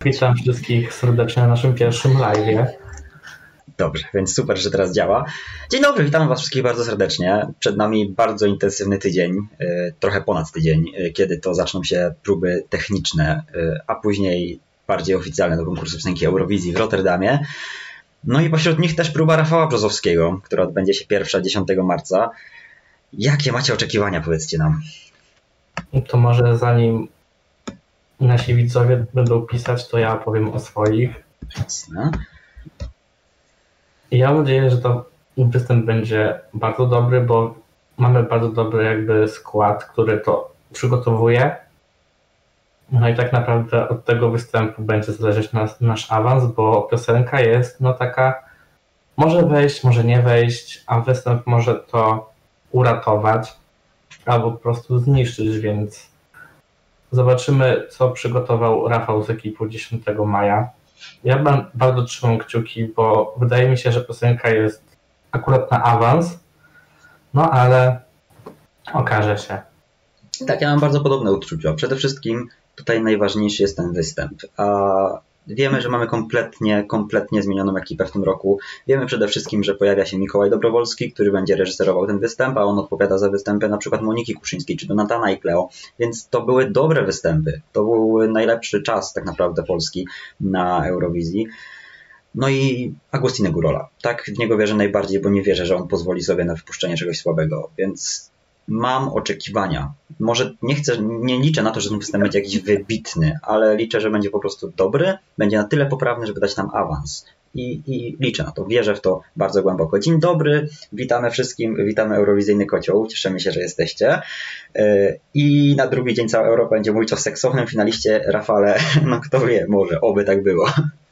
Witam wszystkich serdecznie na naszym pierwszym live'ie. Dobrze, więc super, że teraz działa. Dzień dobry, witam Was wszystkich bardzo serdecznie. Przed nami bardzo intensywny tydzień, trochę ponad tydzień, kiedy to zaczną się próby techniczne, a później bardziej oficjalne do konkursu piosenki Eurowizji w Rotterdamie. No i pośród nich też próba Rafała Brzozowskiego, która odbędzie się pierwsza 10 marca. Jakie macie oczekiwania, powiedzcie nam? To może zanim nasi widzowie będą pisać, to ja opowiem o swoich. Jasne. Ja mam nadzieję, że to występ będzie bardzo dobry, bo mamy bardzo dobry jakby skład, który to przygotowuje. No i tak naprawdę od tego występu będzie zależeć nasz awans, bo piosenka jest no taka, może wejść, może nie wejść, a występ może to uratować albo po prostu zniszczyć, więc zobaczymy, co przygotował Rafał z ekipą 10 maja. Ja bardzo trzymam kciuki, bo wydaje mi się, że piosenka jest akurat na awans, no ale okaże się. Tak, ja mam bardzo podobne odczucia. Przede wszystkim tutaj najważniejszy jest ten występ. A wiemy, że mamy kompletnie zmienioną ekipę w tym roku. Wiemy przede wszystkim, że pojawia się Mikołaj Dobrowolski, który będzie reżyserował ten występ, a on odpowiada za występy na przykład Moniki Kuszyńskiej czy Donatana i Kleo. Więc to były dobre występy. To był najlepszy czas tak naprawdę Polski na Eurowizji. No i Agostino Gurola. Tak w niego wierzę najbardziej, bo nie wierzę, że on pozwoli sobie na wypuszczenie czegoś słabego. Więc mam oczekiwania. Może nie liczę na to, że ten występ będzie jakiś wybitny, ale liczę, że będzie po prostu dobry, będzie na tyle poprawny, żeby dać nam awans. I liczę na to, wierzę w to bardzo głęboko. Dzień dobry, witamy wszystkim, witamy Eurowizyjny Kocioł, cieszymy się, że jesteście. I na drugi dzień cała Europa będzie mówić o seksownym finaliście Rafale, no kto wie, może, oby tak było.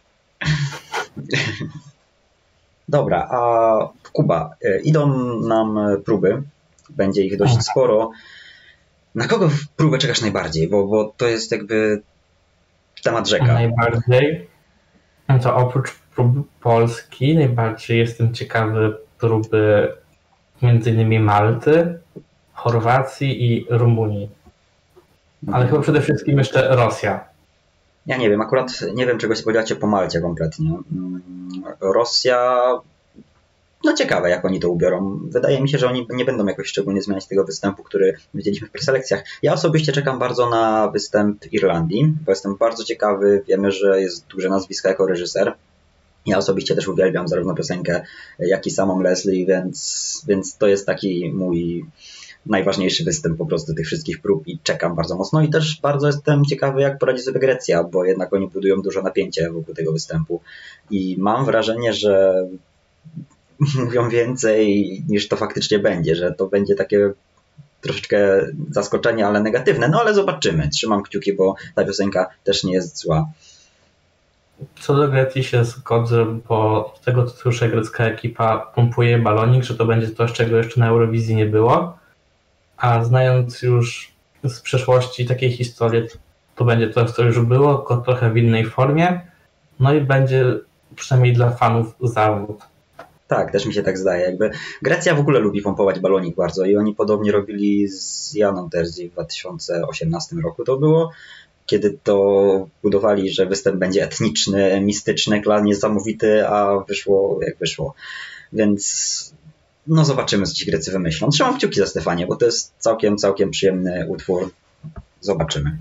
Dobra, a Kuba, idą nam próby. Będzie ich dość sporo. Na kogo w próbę czekasz najbardziej? Bo to jest jakby temat rzeka. Najbardziej? To oprócz próby Polski najbardziej jestem ciekawy próby m.in. Malty, Chorwacji i Rumunii. Ale chyba przede wszystkim jeszcze Rosja. Ja nie wiem, akurat nie wiem, czego się spodziewacie po Malcie kompletnie. Rosja... No ciekawe, jak oni to ubiorą. Wydaje mi się, że oni nie będą jakoś szczególnie zmieniać tego występu, który widzieliśmy w preselekcjach. Ja osobiście czekam bardzo na występ Irlandii, bo jestem bardzo ciekawy. Wiemy, że jest duże nazwisko jako reżyser. Ja osobiście też uwielbiam zarówno piosenkę, jak i samą Leslie, więc to jest taki mój najważniejszy występ po prostu tych wszystkich prób i czekam bardzo mocno. I też bardzo jestem ciekawy, jak poradzi sobie Grecja, bo jednak oni budują dużo napięcie wokół tego występu. I mam wrażenie, że mówią więcej niż to faktycznie będzie, że to będzie takie troszeczkę zaskoczenie, ale negatywne, no ale zobaczymy. Trzymam kciuki, bo ta piosenka też nie jest zła. Co do Grecji się zgodzę, bo z tego co słyszę, grecka ekipa pompuje balonik, że to będzie coś, czego jeszcze na Eurowizji nie było, a znając już z przeszłości takiej historii, to będzie to, co już było, tylko trochę w innej formie, no i będzie przynajmniej dla fanów zawód. Tak, też mi się tak zdaje. Jakby Grecja w ogóle lubi pompować balonik bardzo i oni podobnie robili z Janą Terzi w 2018 roku to było, kiedy to budowali, że występ będzie etniczny, mistyczny, klan niesamowity, a wyszło jak wyszło. Więc no zobaczymy, co ci Grecy wymyślą. Trzymam kciuki za Stefanię, bo to jest całkiem przyjemny utwór. Zobaczymy.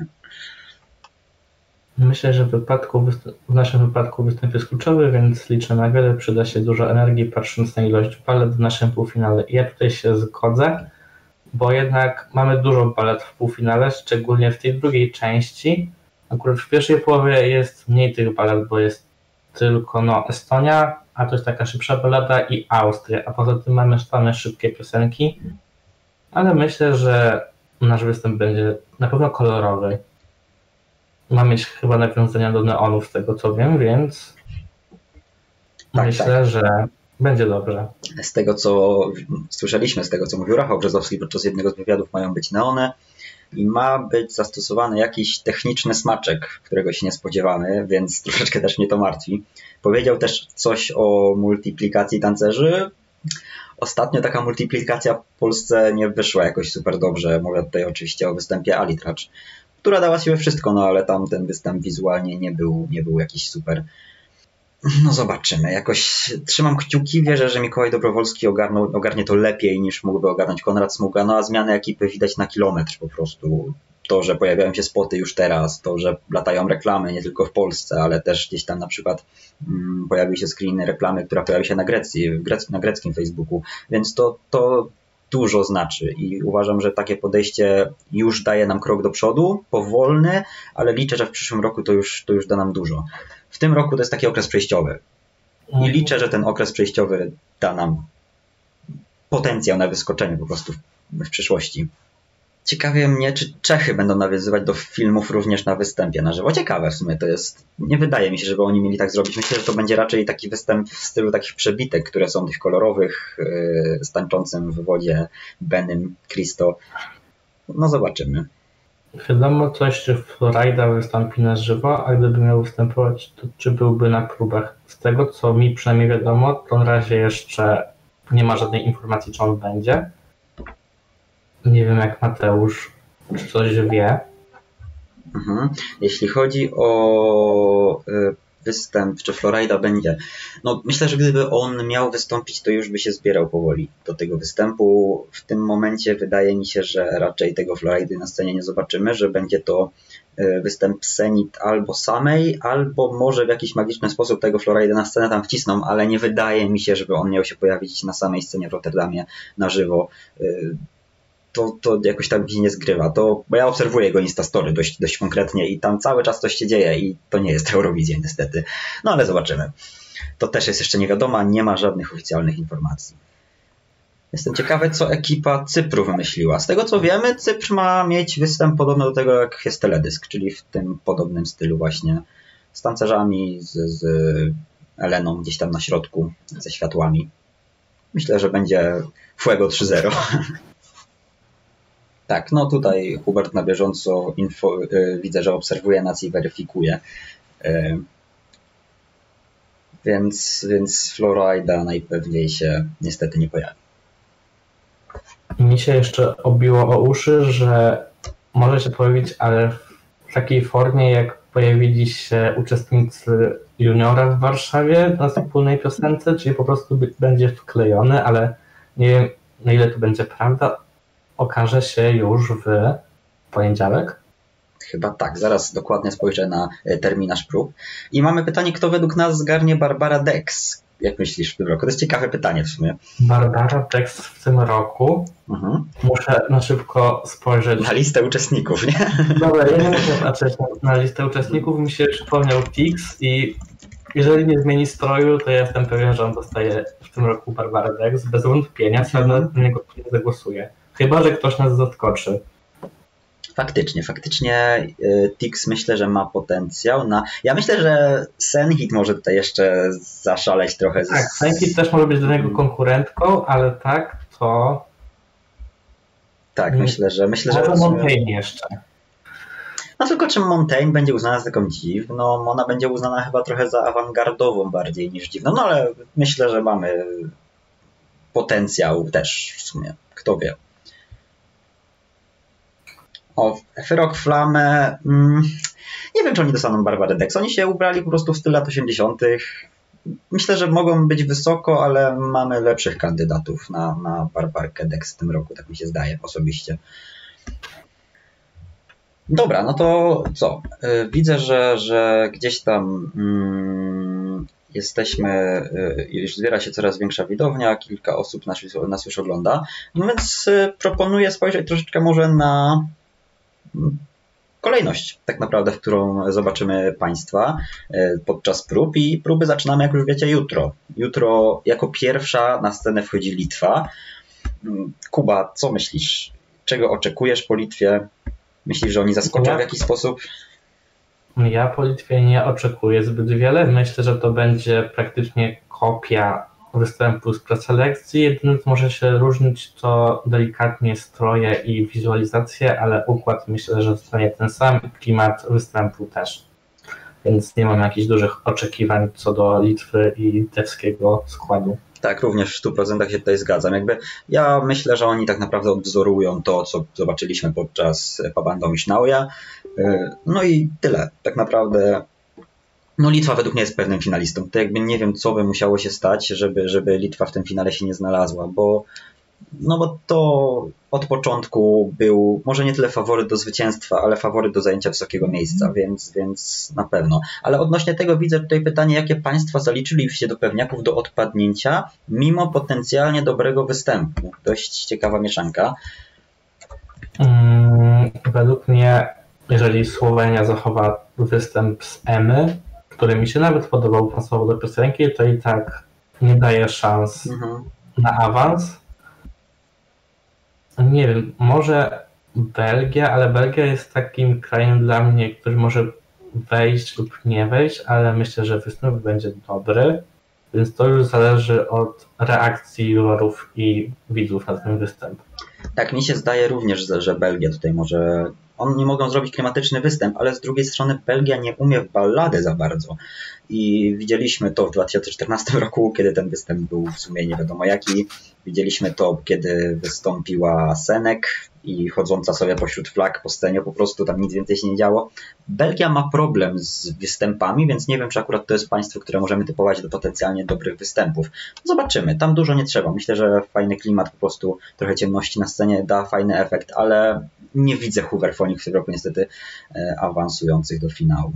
Myślę, że w naszym wypadku występ jest kluczowy, więc liczę na wiele. Przyda się dużo energii, patrząc na ilość balet w naszym półfinale. Ja tutaj się zgodzę, bo jednak mamy dużo balet w półfinale, szczególnie w tej drugiej części. Akurat w pierwszej połowie jest mniej tych balet, bo jest tylko Estonia, a to jest taka szybsza balada i Austria, a poza tym mamy same szybkie piosenki. Ale myślę, że nasz występ będzie na pewno kolorowy. Ma mieć chyba nawiązania do neonów, z tego co wiem, więc tak, myślę, że będzie dobrze. Z tego co słyszeliśmy, z tego co mówił Rafał Brzozowski podczas jednego z wywiadów, mają być neony i ma być zastosowany jakiś techniczny smaczek, którego się nie spodziewamy, więc troszeczkę też mnie to martwi. Powiedział też coś o multiplikacji tancerzy. Ostatnio taka multiplikacja w Polsce nie wyszła jakoś super dobrze. Mówię tutaj oczywiście o występie Ali Tracz. która dała siebie wszystko, no ale tam ten występ wizualnie nie był jakiś super. No zobaczymy. Jakoś trzymam kciuki, wierzę, że Mikołaj Dobrowolski ogarnie to lepiej niż mógłby ogarnąć Konrad Smuga. No a zmiany ekipy widać na kilometr po prostu. To, że pojawiają się spoty już teraz, to, że latają reklamy nie tylko w Polsce, ale też gdzieś tam na przykład pojawiły się screeny reklamy, która pojawi się na greckim Facebooku, więc to dużo znaczy i uważam, że takie podejście już daje nam krok do przodu, powolny, ale liczę, że w przyszłym roku to już da nam dużo. W tym roku to jest taki okres przejściowy i liczę, że ten okres przejściowy da nam potencjał na wyskoczenie po prostu w przyszłości. Ciekawie mnie, czy Czechy będą nawiązywać do filmów również na występie na żywo. Ciekawe w sumie to jest. Nie wydaje mi się, żeby oni mieli tak zrobić. Myślę, że to będzie raczej taki występ w stylu takich przebitek, które są tych kolorowych, z tańczącym w wodzie Benem, Christo. No zobaczymy. Wiadomo coś, czy Florida wystąpi na żywo, a gdyby miał występować, to czy byłby na próbach? Z tego, co mi przynajmniej wiadomo, to na razie jeszcze nie ma żadnej informacji, czy on będzie. Nie wiem jak Mateusz, czy coś wie. Jeśli chodzi o występ, czy Florida będzie, no myślę, że gdyby on miał wystąpić, to już by się zbierał powoli do tego występu. W tym momencie wydaje mi się, że raczej tego Floridy na scenie nie zobaczymy, że będzie to występ Senit albo samej, albo może w jakiś magiczny sposób tego Floridy na scenę tam wcisną, ale nie wydaje mi się, żeby on miał się pojawić na samej scenie w Rotterdamie na żywo. To jakoś tak mi się nie zgrywa. Bo ja obserwuję jego Instastory dość konkretnie i tam cały czas coś się dzieje i to nie jest Eurowizja niestety. No ale zobaczymy. To też jest jeszcze nie wiadomo, nie ma żadnych oficjalnych informacji. Jestem ciekawy, co ekipa Cypru wymyśliła. Z tego co wiemy, Cypr ma mieć występ podobny do tego, jak jest teledysk, czyli w tym podobnym stylu właśnie z tancerzami, z Eleną gdzieś tam na środku, ze światłami. Myślę, że będzie Fuego 3.0. Tak, no tutaj Hubert na bieżąco widzę, że obserwuje nas i weryfikuje. Więc Florida najpewniej się niestety nie pojawi. Mi się jeszcze obiło o uszy, że może się pojawić, ale w takiej formie, jak pojawili się uczestnicy Juniora w Warszawie na wspólnej piosence, czyli po prostu będzie wklejony, ale nie wiem, na ile to będzie prawda. Okaże się już w poniedziałek? Chyba tak, zaraz dokładnie spojrzę na terminarz prób. I mamy pytanie, kto według nas zgarnie Barbara Dex? Jak myślisz w tym roku? To jest ciekawe pytanie w sumie. Barbara Dex w tym roku? Muszę na szybko spojrzeć. Na listę uczestników, nie? Dobra, ja nie muszę patrzeć na listę uczestników. Mi się przypomniał Tix i jeżeli nie zmieni stroju, to ja jestem pewien, że on dostaje w tym roku Barbara Dex. Bez wątpienia, sam na niego nie zagłosuje. Chyba że ktoś nas zaskoczy. Faktycznie Tix myślę, że ma potencjał na... Ja myślę, że Senhit może tutaj jeszcze zaszaleć trochę. Tak, Senhit też może być do niego konkurentką, ale tak, to... Tak, myślę, że... Może Montaigne jeszcze. No tylko czy Montaigne będzie uznana za taką dziwną? Ona będzie uznana chyba trochę za awangardową bardziej niż dziwną, no ale myślę, że mamy potencjał też w sumie. Kto wie. O, Fyrok Flamę. Nie wiem, czy oni dostaną Barbarę Dex. Oni się ubrali po prostu w styl lat 80. Myślę, że mogą być wysoko, ale mamy lepszych kandydatów na Barbarkę Dex w tym roku, tak mi się zdaje osobiście. Dobra, no to co? Widzę, że gdzieś tam jesteśmy, już zbiera się coraz większa widownia, kilka osób nas już ogląda, no więc proponuję spojrzeć troszeczkę może na kolejność tak naprawdę, w którą zobaczymy Państwa podczas prób i próby zaczynamy, jak już wiecie, jutro. Jutro jako pierwsza na scenę wchodzi Litwa. Kuba, co myślisz? Czego oczekujesz po Litwie? Myślisz, że oni zaskoczą w jakiś sposób? Ja po Litwie nie oczekuję zbyt wiele. Myślę, że to będzie praktycznie kopia występu z preselekcji. Jedyne, co może się różnić, to delikatnie stroje i wizualizacje, ale układ myślę, że zostanie ten sam, klimat występu też. Więc nie mam jakichś dużych oczekiwań co do Litwy i litewskiego składu. Tak, również w 100% się tutaj zgadzam. Jakby ja myślę, że oni tak naprawdę odwzorują to, co zobaczyliśmy podczas Pabandą-Miśnauja. No i tyle. Tak naprawdę no Litwa według mnie jest pewnym finalistą. To jakby nie wiem, co by musiało się stać, żeby Litwa w tym finale się nie znalazła, bo to od początku był może nie tyle faworyt do zwycięstwa, ale faworyt do zajęcia wysokiego miejsca, więc na pewno. Ale odnośnie tego widzę tutaj pytanie, jakie państwa zaliczyli się do pewniaków do odpadnięcia, mimo potencjalnie dobrego występu. Dość ciekawa mieszanka. Według mnie, jeżeli Słowenia zachowa występ z Emy, który mi się nawet podobał, pasował do piosenki, to i tak nie daje szans na awans. Nie wiem, może Belgia, ale Belgia jest takim krajem dla mnie, który może wejść lub nie wejść, ale myślę, że występ będzie dobry, więc to już zależy od reakcji jurorów i widzów na ten występ. Tak, mi się zdaje również, że Belgia tutaj może... Oni mogą zrobić klimatyczny występ, ale z drugiej strony Belgia nie umie w balladę za bardzo. I widzieliśmy to w 2014 roku, kiedy ten występ był w sumie nie wiadomo jaki. Widzieliśmy to, kiedy wystąpiła Senek i chodząca sobie pośród flag po scenie, po prostu tam nic więcej się nie działo. Belgia ma problem z występami, więc nie wiem, czy akurat to jest państwo, które możemy typować do potencjalnie dobrych występów. Zobaczymy, tam dużo nie trzeba. Myślę, że fajny klimat, po prostu trochę ciemności na scenie da fajny efekt, ale nie widzę Hooverphonic w tym roku niestety awansujących do finału.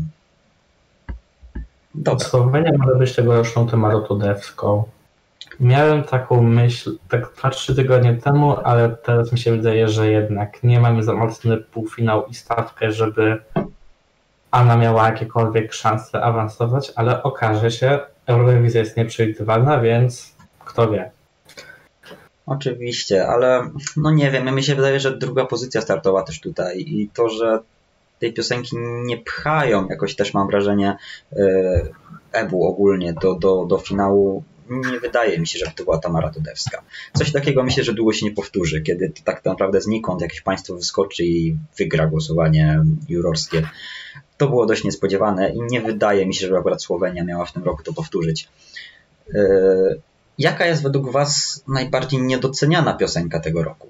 Dobra. Słowenia może być tegoroczną tematodewską. Miałem taką myśl tak 2-3 tygodnie temu, ale teraz mi się wydaje, że jednak nie mamy za mocny półfinał i stawkę, żeby Anna miała jakiekolwiek szanse awansować, ale okaże się, Eurowizja jest nieprzewidywalna, więc kto wie. Oczywiście, ale no nie wiem, mi się wydaje, że druga pozycja startowa też tutaj i to, że tej piosenki nie pchają, jakoś też mam wrażenie EBU ogólnie do finału, nie wydaje mi się, że to była Tamara Todewska. Coś takiego myślę, że długo się nie powtórzy, kiedy to tak naprawdę znikąd jakieś państwo wyskoczy i wygra głosowanie jurorskie. To było dość niespodziewane i nie wydaje mi się, że akurat Słowenia miała w tym roku to powtórzyć. Jaka jest według Was najbardziej niedoceniana piosenka tego roku?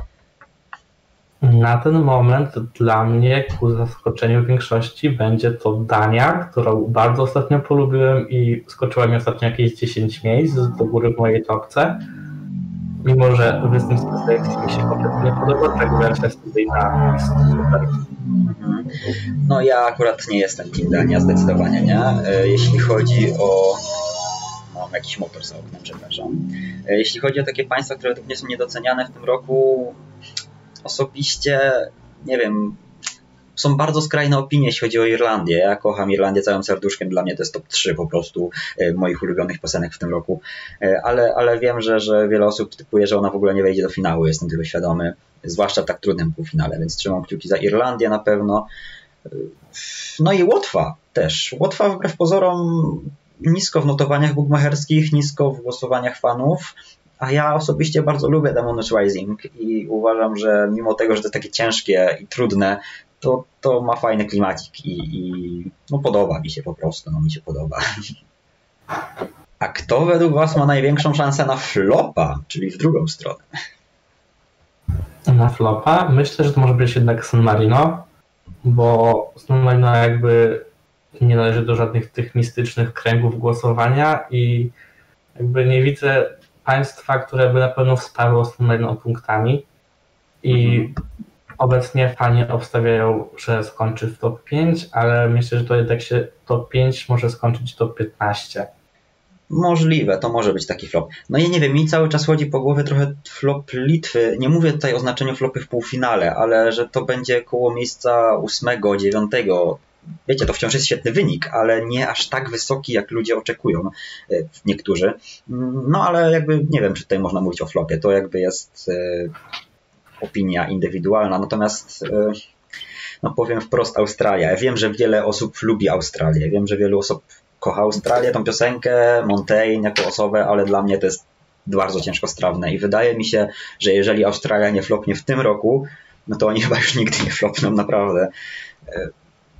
Na ten moment dla mnie, ku zaskoczeniu większości, będzie to Dania, którą bardzo ostatnio polubiłem i skoczyła mi ostatnio jakieś 10 miejsc do góry w mojej topce. Mimo że występ z selekcji mi się kompletnie nie podoba, tak wersja studyjna jest super. No ja akurat nie jestem team Dania, zdecydowanie nie. Jeśli chodzi o... Mam jakiś motor za oknem, przepraszam. Jeśli chodzi o takie państwa, które również są niedoceniane w tym roku, osobiście, nie wiem, są bardzo skrajne opinie, jeśli chodzi o Irlandię. Ja kocham Irlandię całym serduszkiem, dla mnie to jest top 3 po prostu moich ulubionych piosenek w tym roku, ale wiem, że wiele osób typuje, że ona w ogóle nie wejdzie do finału, jestem tego świadomy, zwłaszcza w tak trudnym półfinale, więc trzymam kciuki za Irlandię na pewno. No i Łotwa też. Łotwa wbrew pozorom nisko w notowaniach bukmacherskich, nisko w głosowaniach fanów, a ja osobiście bardzo lubię Demon's Rising i uważam, że mimo tego, że to jest takie ciężkie i trudne, to ma fajny klimacik i no podoba mi się po prostu, no mi się podoba. A kto według Was ma największą szansę na flopa, czyli w drugą stronę? Na flopa? Myślę, że to może być jednak San Marino, bo San Marino jakby nie należy do żadnych tych mistycznych kręgów głosowania i jakby nie widzę państwa, które by na pewno wsparło San Marino punktami i obecnie fani obstawiają, że skończy w top 5, ale myślę, że to jednak się top 5 może skończyć top 15. Możliwe, to może być taki flop. No ja nie wiem, mi cały czas chodzi po głowie trochę flop Litwy. Nie mówię tutaj o znaczeniu flopy w półfinale, ale że to będzie koło miejsca 8, 9. Wiecie, to wciąż jest świetny wynik, ale nie aż tak wysoki, jak ludzie oczekują niektórzy. No ale jakby nie wiem, czy tutaj można mówić o flopie. To jakby jest opinia indywidualna. Natomiast no powiem wprost, Australia. Ja wiem, że wiele osób lubi Australię. Wiem, że wielu osób kocha Australię, tą piosenkę, Montaigne jako osobę, ale dla mnie to jest bardzo ciężkostrawne i wydaje mi się, że jeżeli Australia nie flopnie w tym roku, no to oni chyba już nigdy nie flopną, naprawdę.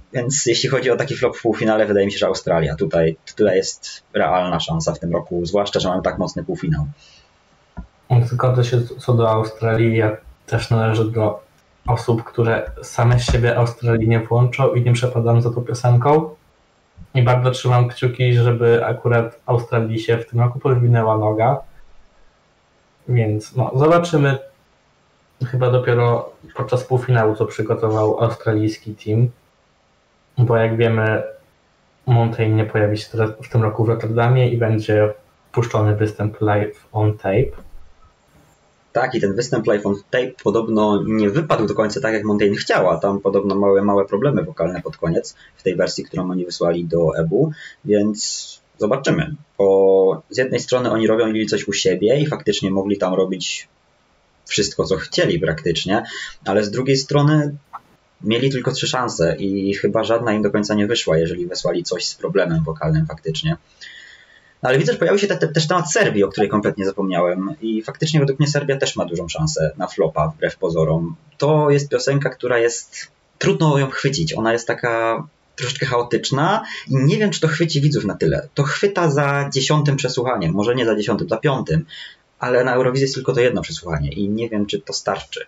Więc jeśli chodzi o taki flop w półfinale, wydaje mi się, że Australia. Tutaj jest realna szansa w tym roku, zwłaszcza, że mamy tak mocny półfinał. Zgodzę się co do Australii. Ja też należę do osób, które same z siebie Australii nie włączą i nie przepadam za tą piosenką. I bardzo trzymam kciuki, żeby akurat Australii się w tym roku podwinęła noga. Więc no, zobaczymy chyba dopiero podczas półfinału, co przygotował australijski team. Bo jak wiemy, Montaigne nie pojawi się teraz w tym roku w Rotterdamie i będzie puszczony występ live on tape. Tak, i ten występ live on tape podobno nie wypadł do końca tak, jak Montaigne chciała. Tam podobno małe problemy wokalne pod koniec w tej wersji, którą oni wysłali do EBU, więc zobaczymy. Bo z jednej strony oni robili coś u siebie i faktycznie mogli tam robić wszystko, co chcieli praktycznie, ale z drugiej strony mieli tylko 3 szanse i chyba żadna im do końca nie wyszła, jeżeli wysłali coś z problemem wokalnym faktycznie. Ale widzę, że pojawił się też temat Serbii, o której kompletnie zapomniałem i faktycznie według mnie Serbia też ma dużą szansę na flopa, wbrew pozorom. To jest piosenka, która jest... trudno ją chwycić. Ona jest taka troszeczkę chaotyczna i nie wiem, czy to chwyci widzów na tyle. To chwyta za 10. przesłuchaniem, może nie za 10., za 5., ale na Eurowizji jest tylko to jedno przesłuchanie i nie wiem, czy to starczy.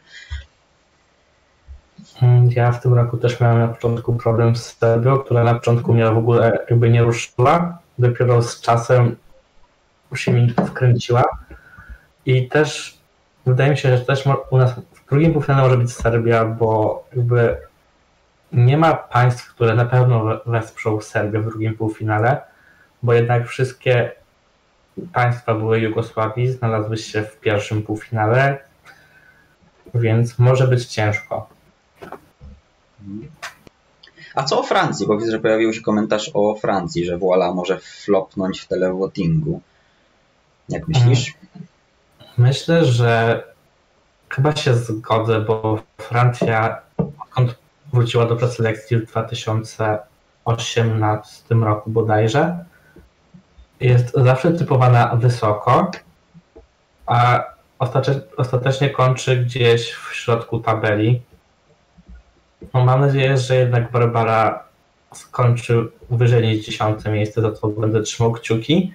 Ja w tym roku też miałem na początku problem z Serbią, która na początku mnie w ogóle jakby nie ruszyła. Dopiero z czasem się mi wkręciła. I też wydaje mi się, że też u nas w drugim półfinale może być Serbia, bo jakby nie ma państw, które na pewno wesprzą Serbię w drugim półfinale, bo jednak wszystkie państwa były Jugosławii, znalazły się w pierwszym półfinale, więc może być ciężko. A co o Francji? Bo widzę, że pojawił się komentarz o Francji, że Voila może flopnąć w televotingu. Jak myślisz? Myślę, że chyba się zgodzę, bo Francja, odkąd wróciła do preselekcji w 2018 roku bodajże, jest zawsze typowana wysoko, a ostatecznie kończy gdzieś w środku tabeli. No, mam nadzieję, że jednak Barbara skończy wyżej niż 10. miejsce, za co będę trzymał kciuki.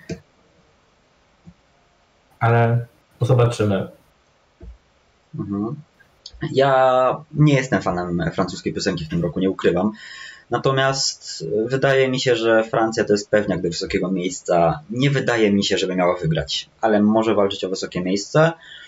Ale zobaczymy. Ja nie jestem fanem francuskiej piosenki w tym roku, nie ukrywam. Natomiast wydaje mi się, że Francja to jest pewniak do wysokiego miejsca. Nie wydaje mi się, żeby miała wygrać, ale może walczyć o wysokie miejsce.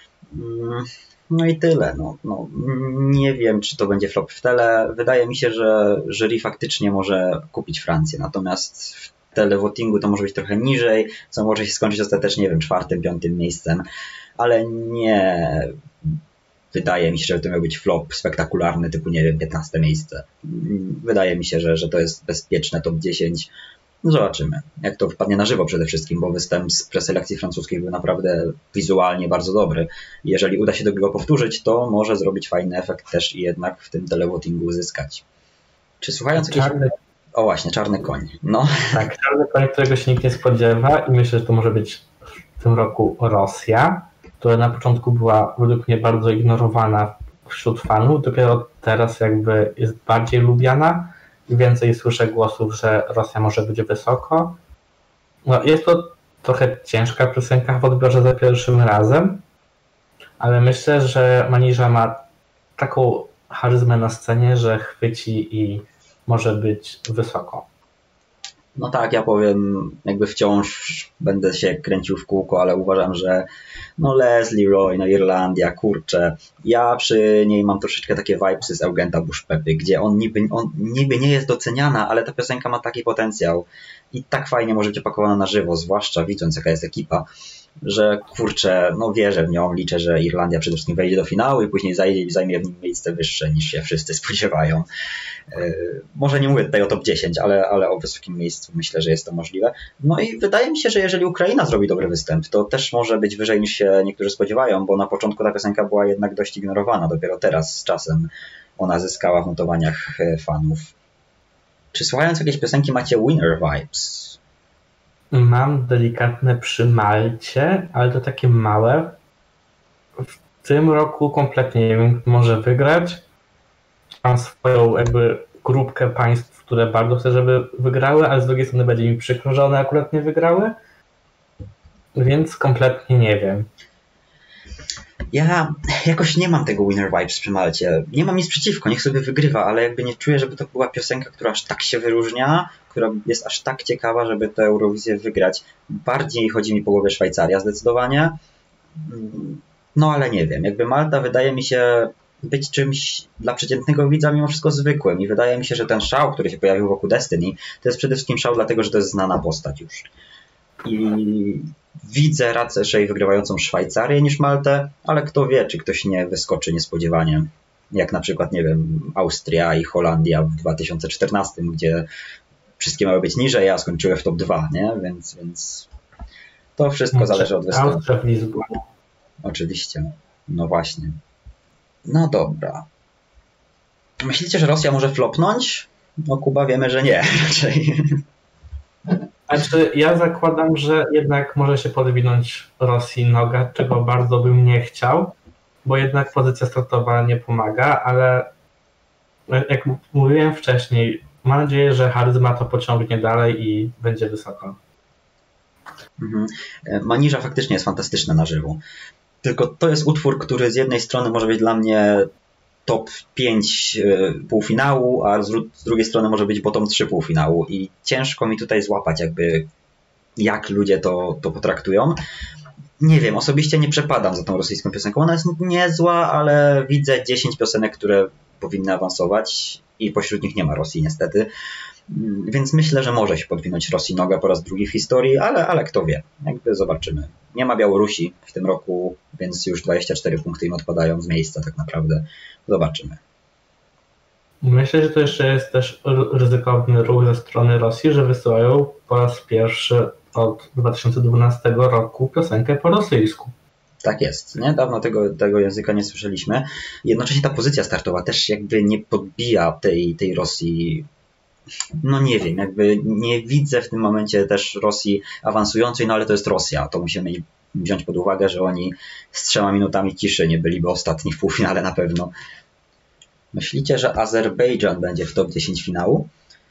No i tyle. No, nie wiem, czy to będzie flop w tele. Wydaje mi się, że jury faktycznie może kupić Francję. Natomiast w televotingu to może być trochę niżej, co może się skończyć ostatecznie, nie wiem, 4., 5. miejscem. Ale nie wydaje mi się, że to miał być flop spektakularny, typu, nie wiem, 15. miejsce. Wydaje mi się, że to jest bezpieczne top 10. No zobaczymy, jak to wpadnie na żywo przede wszystkim, bo występ z preselekcji francuskiej był naprawdę wizualnie bardzo dobry. Jeżeli uda się go powtórzyć, to może zrobić fajny efekt też i jednak w tym televotingu uzyskać. Czy słuchając jakiś... O właśnie, Czarny koń. No. Tak, Czarny koń, którego się nikt nie spodziewa i myślę, że to może być w tym roku Rosja, która na początku była według mnie bardzo ignorowana wśród fanów, dopiero teraz jakby jest bardziej lubiana i więcej słyszę głosów, że Rosja może być wysoko. No, jest to trochę ciężka piosenka w odbiorze za pierwszym razem, ale myślę, że Manizha ma taką charyzmę na scenie, że chwyci i może być wysoko. No tak, ja powiem, jakby wciąż będę się kręcił w kółko, ale uważam, że no Leslie Roy, no Irlandia, kurczę, ja przy niej mam troszeczkę takie vibesy z Eugenta Bush-Pepy, gdzie on niby nie jest doceniana, ale ta piosenka ma taki potencjał i tak fajnie może być opakowana na żywo, zwłaszcza widząc jaka jest ekipa, że kurczę, no wierzę w nią, liczę, że Irlandia przede wszystkim wejdzie do finału i później zajmie w nim miejsce wyższe niż się wszyscy spodziewają. Może nie mówię tutaj o top 10, ale o wysokim miejscu myślę, że jest to możliwe. No i wydaje mi się, że jeżeli Ukraina zrobi dobry występ, to też może być wyżej niż się niektórzy spodziewają, bo na początku ta piosenka była jednak dość ignorowana, dopiero teraz z czasem ona zyskała w notowaniach fanów. Czy słuchając jakiejś piosenki macie winner vibes? Mam delikatne przy Malcie, ale to takie małe. W tym roku kompletnie nie wiem, kto może wygrać. Mam swoją jakby grupkę państw, które bardzo chcę, żeby wygrały, ale z drugiej strony będzie mi przykro, że one akurat nie wygrały. Więc kompletnie nie wiem. Ja jakoś nie mam tego winner vibes przy Malcie. Nie mam nic przeciwko, niech sobie wygrywa, ale jakby nie czuję, żeby to była piosenka, która aż tak się wyróżnia, która jest aż tak ciekawa, żeby tę Eurowizję wygrać. Bardziej chodzi mi po głowie Szwajcaria zdecydowanie. No ale nie wiem, jakby Malta wydaje mi się być czymś dla przeciętnego widza mimo wszystko zwykłym i wydaje mi się, że ten szał, który się pojawił wokół Destiny, to jest przede wszystkim szał dlatego, że to jest znana postać już. I widzę raczej wygrywającą Szwajcarię niż Maltę, ale kto wie, czy ktoś nie wyskoczy niespodziewanie. Jak na przykład, nie wiem, Austria i Holandia w 2014, gdzie wszystkie miały być niżej, a skończyły w top 2, nie? Więc to wszystko zależy od występu. Austria w Lizbonie. Oczywiście. No właśnie. No dobra. Myślicie, że Rosja może flopnąć? No Kuba, wiemy, że nie raczej. Znaczy, ja zakładam, że jednak może się podwinąć Rosji noga, czego bardzo bym nie chciał, bo jednak pozycja startowa nie pomaga, ale jak mówiłem wcześniej, mam nadzieję, że charyzma to pociągnie dalej i będzie wysoko. Manizha faktycznie jest fantastyczna na żywo. Tylko to jest utwór, który z jednej strony może być dla mnie top 5 półfinału, a z drugiej strony może być bottom 3 półfinału i ciężko mi tutaj złapać jakby jak ludzie to potraktują. Nie wiem, osobiście nie przepadam za tą rosyjską piosenką. Ona jest niezła, ale widzę 10 piosenek, które powinny awansować i pośród nich nie ma Rosji niestety. Więc myślę, że może się podwinąć Rosji noga po raz drugi w historii, ale kto wie, jakby zobaczymy. Nie ma Białorusi w tym roku, więc już 24 punkty im odpadają z miejsca tak naprawdę. Zobaczymy. Myślę, że to jeszcze jest też ryzykowny ruch ze strony Rosji, że wysyłają po raz pierwszy od 2012 roku piosenkę po rosyjsku. Tak jest, nie? Dawno tego języka nie słyszeliśmy. Jednocześnie ta pozycja startowa też jakby nie podbija tej Rosji. No nie wiem, jakby nie widzę w tym momencie też Rosji awansującej, no ale to jest Rosja. To musimy wziąć pod uwagę, że oni z 3 minutami ciszy nie byliby ostatni w półfinale na pewno. Myślicie, że Azerbejdżan będzie w top 10 finału?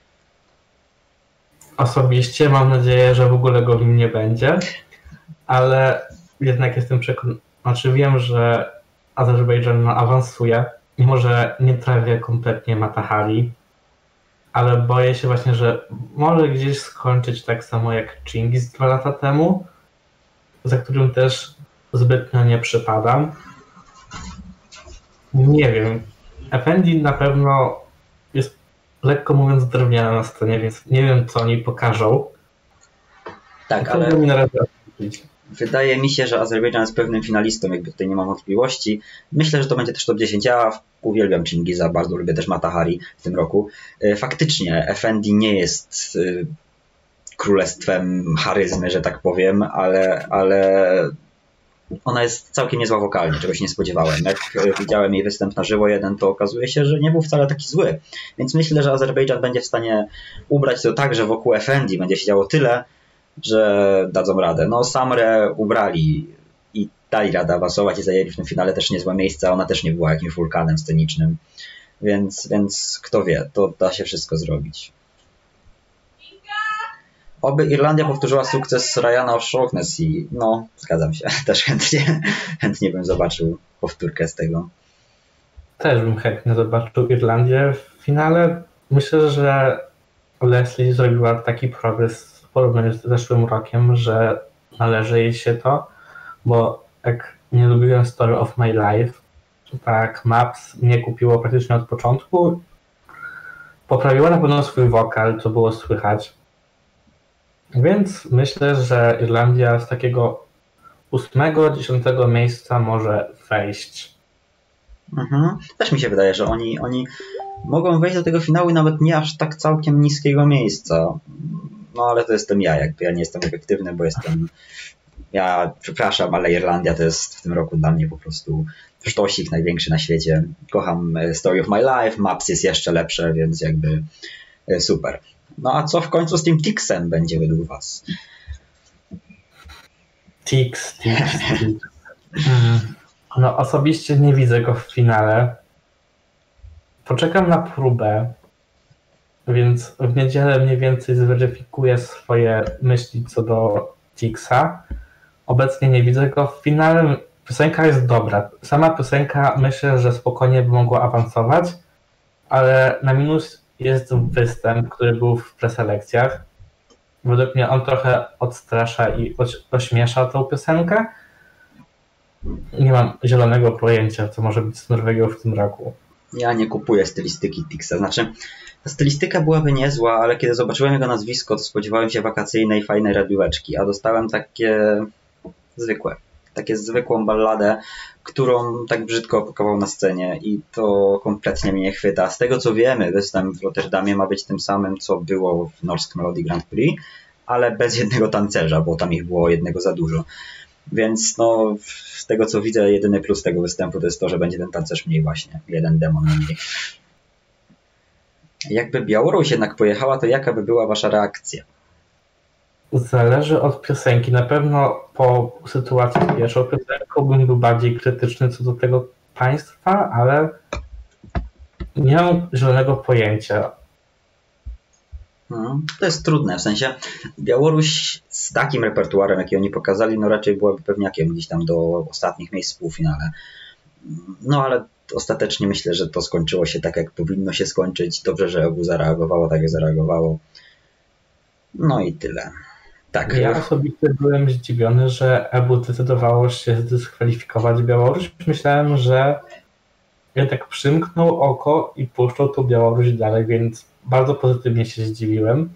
Osobiście mam nadzieję, że w ogóle go w nim nie będzie, ale jednak jestem przekonany, znaczy wiem, że Azerbejdżan awansuje, mimo że nie trafię kompletnie Matahari, ale boję się właśnie, że może gdzieś skończyć tak samo jak Chingis 2 lata temu, za którym też zbytnio nie przypadam. Nie wiem. Effendi na pewno jest, lekko mówiąc, drewniana na scenie, więc nie wiem, co oni pokażą. Tak, ale wydaje mi się, że Azerbejdżan jest pewnym finalistą, jakby tutaj nie mam wątpliwości. Myślę, że to będzie też top 10. Ja uwielbiam Chingiza, bardzo lubię też Matahari w tym roku. Faktycznie Effendi nie jest królestwem charyzmy, że tak powiem, ale ona jest całkiem niezła wokalnie, czegoś nie spodziewałem. Jak widziałem jej występ na żywo jeden, to okazuje się, że nie był wcale taki zły. Więc myślę, że Azerbejdżan będzie w stanie ubrać to tak, że wokół Effendi będzie się działo tyle, że dadzą radę. No Samrę ubrali i dali radę awansować i zajęli w tym finale też niezłe miejsca. Ona też nie była jakimś wulkanem scenicznym. Więc kto wie, to da się wszystko zrobić. Oby Irlandia powtórzyła sukces Ryana O'Shaughnessy. No, zgadzam się. Też chętnie bym zobaczył powtórkę z tego. Też bym chętnie zobaczył Irlandię w finale. Myślę, że Leslie zrobiła taki progres w porównaniu z zeszłym rokiem, że należy jej się to, bo jak nie lubiłem Story of My Life, tak Maps mnie kupiło praktycznie od początku. Poprawiła na pewno swój wokal, co było słychać. Więc myślę, że Irlandia z takiego 8-10 miejsca może wejść. Też mi się wydaje, że oni mogą wejść do tego finału i nawet nie aż tak całkiem niskiego miejsca. No ale to jestem ja, jakby ja nie jestem efektywny, bo ja przepraszam, ale Irlandia to jest w tym roku dla mnie po prostu sztosik największy na świecie. Kocham Story of My Life, Maps jest jeszcze lepsze, więc jakby super. No a co w końcu z tym Tixem będzie według was? Tix. No osobiście nie widzę go w finale. Poczekam na próbę, więc w niedzielę mniej więcej zweryfikuję swoje myśli co do Tixa. Obecnie nie widzę go w finale. Piosenka jest dobra. Sama piosenka myślę, że spokojnie by mogła awansować, ale na minus jest występ, który był w preselekcjach. Według mnie on trochę odstrasza i ośmiesza tą piosenkę. Nie mam zielonego pojęcia, co może być z Norwegią w tym roku. Ja nie kupuję stylistyki Tixa. Znaczy, ta stylistyka byłaby niezła, ale kiedy zobaczyłem jego nazwisko, to spodziewałem się wakacyjnej, fajnej radióweczki, a dostałem takie zwykłą balladę, którą tak brzydko opakował na scenie i to kompletnie mnie nie chwyta. Z tego co wiemy, występ w Rotterdamie ma być tym samym, co było w Norsk Melody Grand Prix, ale bez jednego tancerza, bo tam ich było jednego za dużo. Więc no, z tego co widzę, jedyny plus tego występu to jest to, że będzie ten tancerz mniej właśnie. Jeden demon mniej. Jakby Białoruś jednak pojechała, to jaka by była wasza reakcja? Zależy od piosenki. Na pewno po sytuacji z pierwszą piosenką bym był bardziej krytyczny co do tego państwa, ale nie mam zielonego pojęcia. To jest trudne, w sensie Białoruś z takim repertuarem, jaki oni pokazali, no raczej byłaby pewniakiem gdzieś tam do ostatnich miejsc w półfinale. No ale ostatecznie myślę, że to skończyło się tak, jak powinno się skończyć. Dobrze, że EBU zareagowało tak, jak zareagowało. No i tyle. Tak. Ja osobiście byłem zdziwiony, że EBU zdecydowało się zdyskwalifikować Białoruś. Myślałem, że jednak przymknął oko i puszczą tą Białoruś dalej, więc bardzo pozytywnie się zdziwiłem.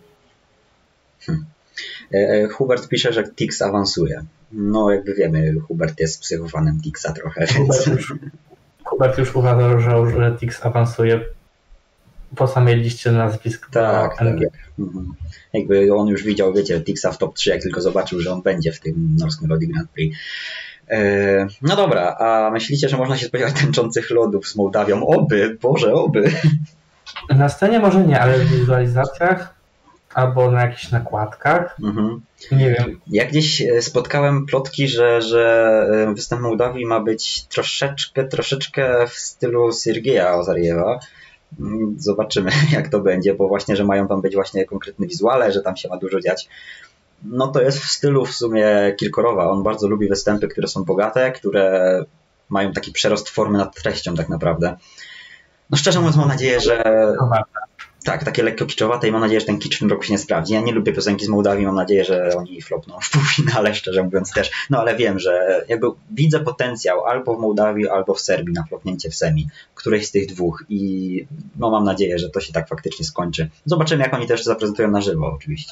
Hubert pisze, że Tix awansuje. No jakby wiemy, Hubert jest psychofanem Tixa trochę. Hubert już uważał, że Tix awansuje po samej liście nazwisk. Tak. Jakby on już widział, wiecie, Tixa w top 3, jak tylko zobaczył, że on będzie w tym Norsk Melody Grand Prix. No dobra, a myślicie, że można się spodziewać tańczących lodów z Mołdawią? Oby, Boże, oby. Na scenie może nie, ale w wizualizacjach albo na jakichś nakładkach. Nie wiem. Ja gdzieś spotkałem plotki, że występ Mołdawii ma być troszeczkę w stylu Sergeja Ozariewa. Zobaczymy, jak to będzie, bo właśnie, że mają tam być właśnie konkretne wizuale, że tam się ma dużo dziać. No to jest w stylu w sumie Kirkorowa. On bardzo lubi występy, które są bogate, które mają taki przerost formy nad treścią tak naprawdę. No szczerze mówiąc mam nadzieję, że... Tak, takie lekko kiczowate i mam nadzieję, że ten kicz w tym roku się nie sprawdzi. Ja nie lubię piosenki z Mołdawii, mam nadzieję, że oni flopną w półfinale, szczerze mówiąc też. No ale wiem, że jakby widzę potencjał albo w Mołdawii, albo w Serbii na flopnięcie w semi, którejś z tych dwóch i no mam nadzieję, że to się tak faktycznie skończy. Zobaczymy, jak oni też zaprezentują na żywo oczywiście.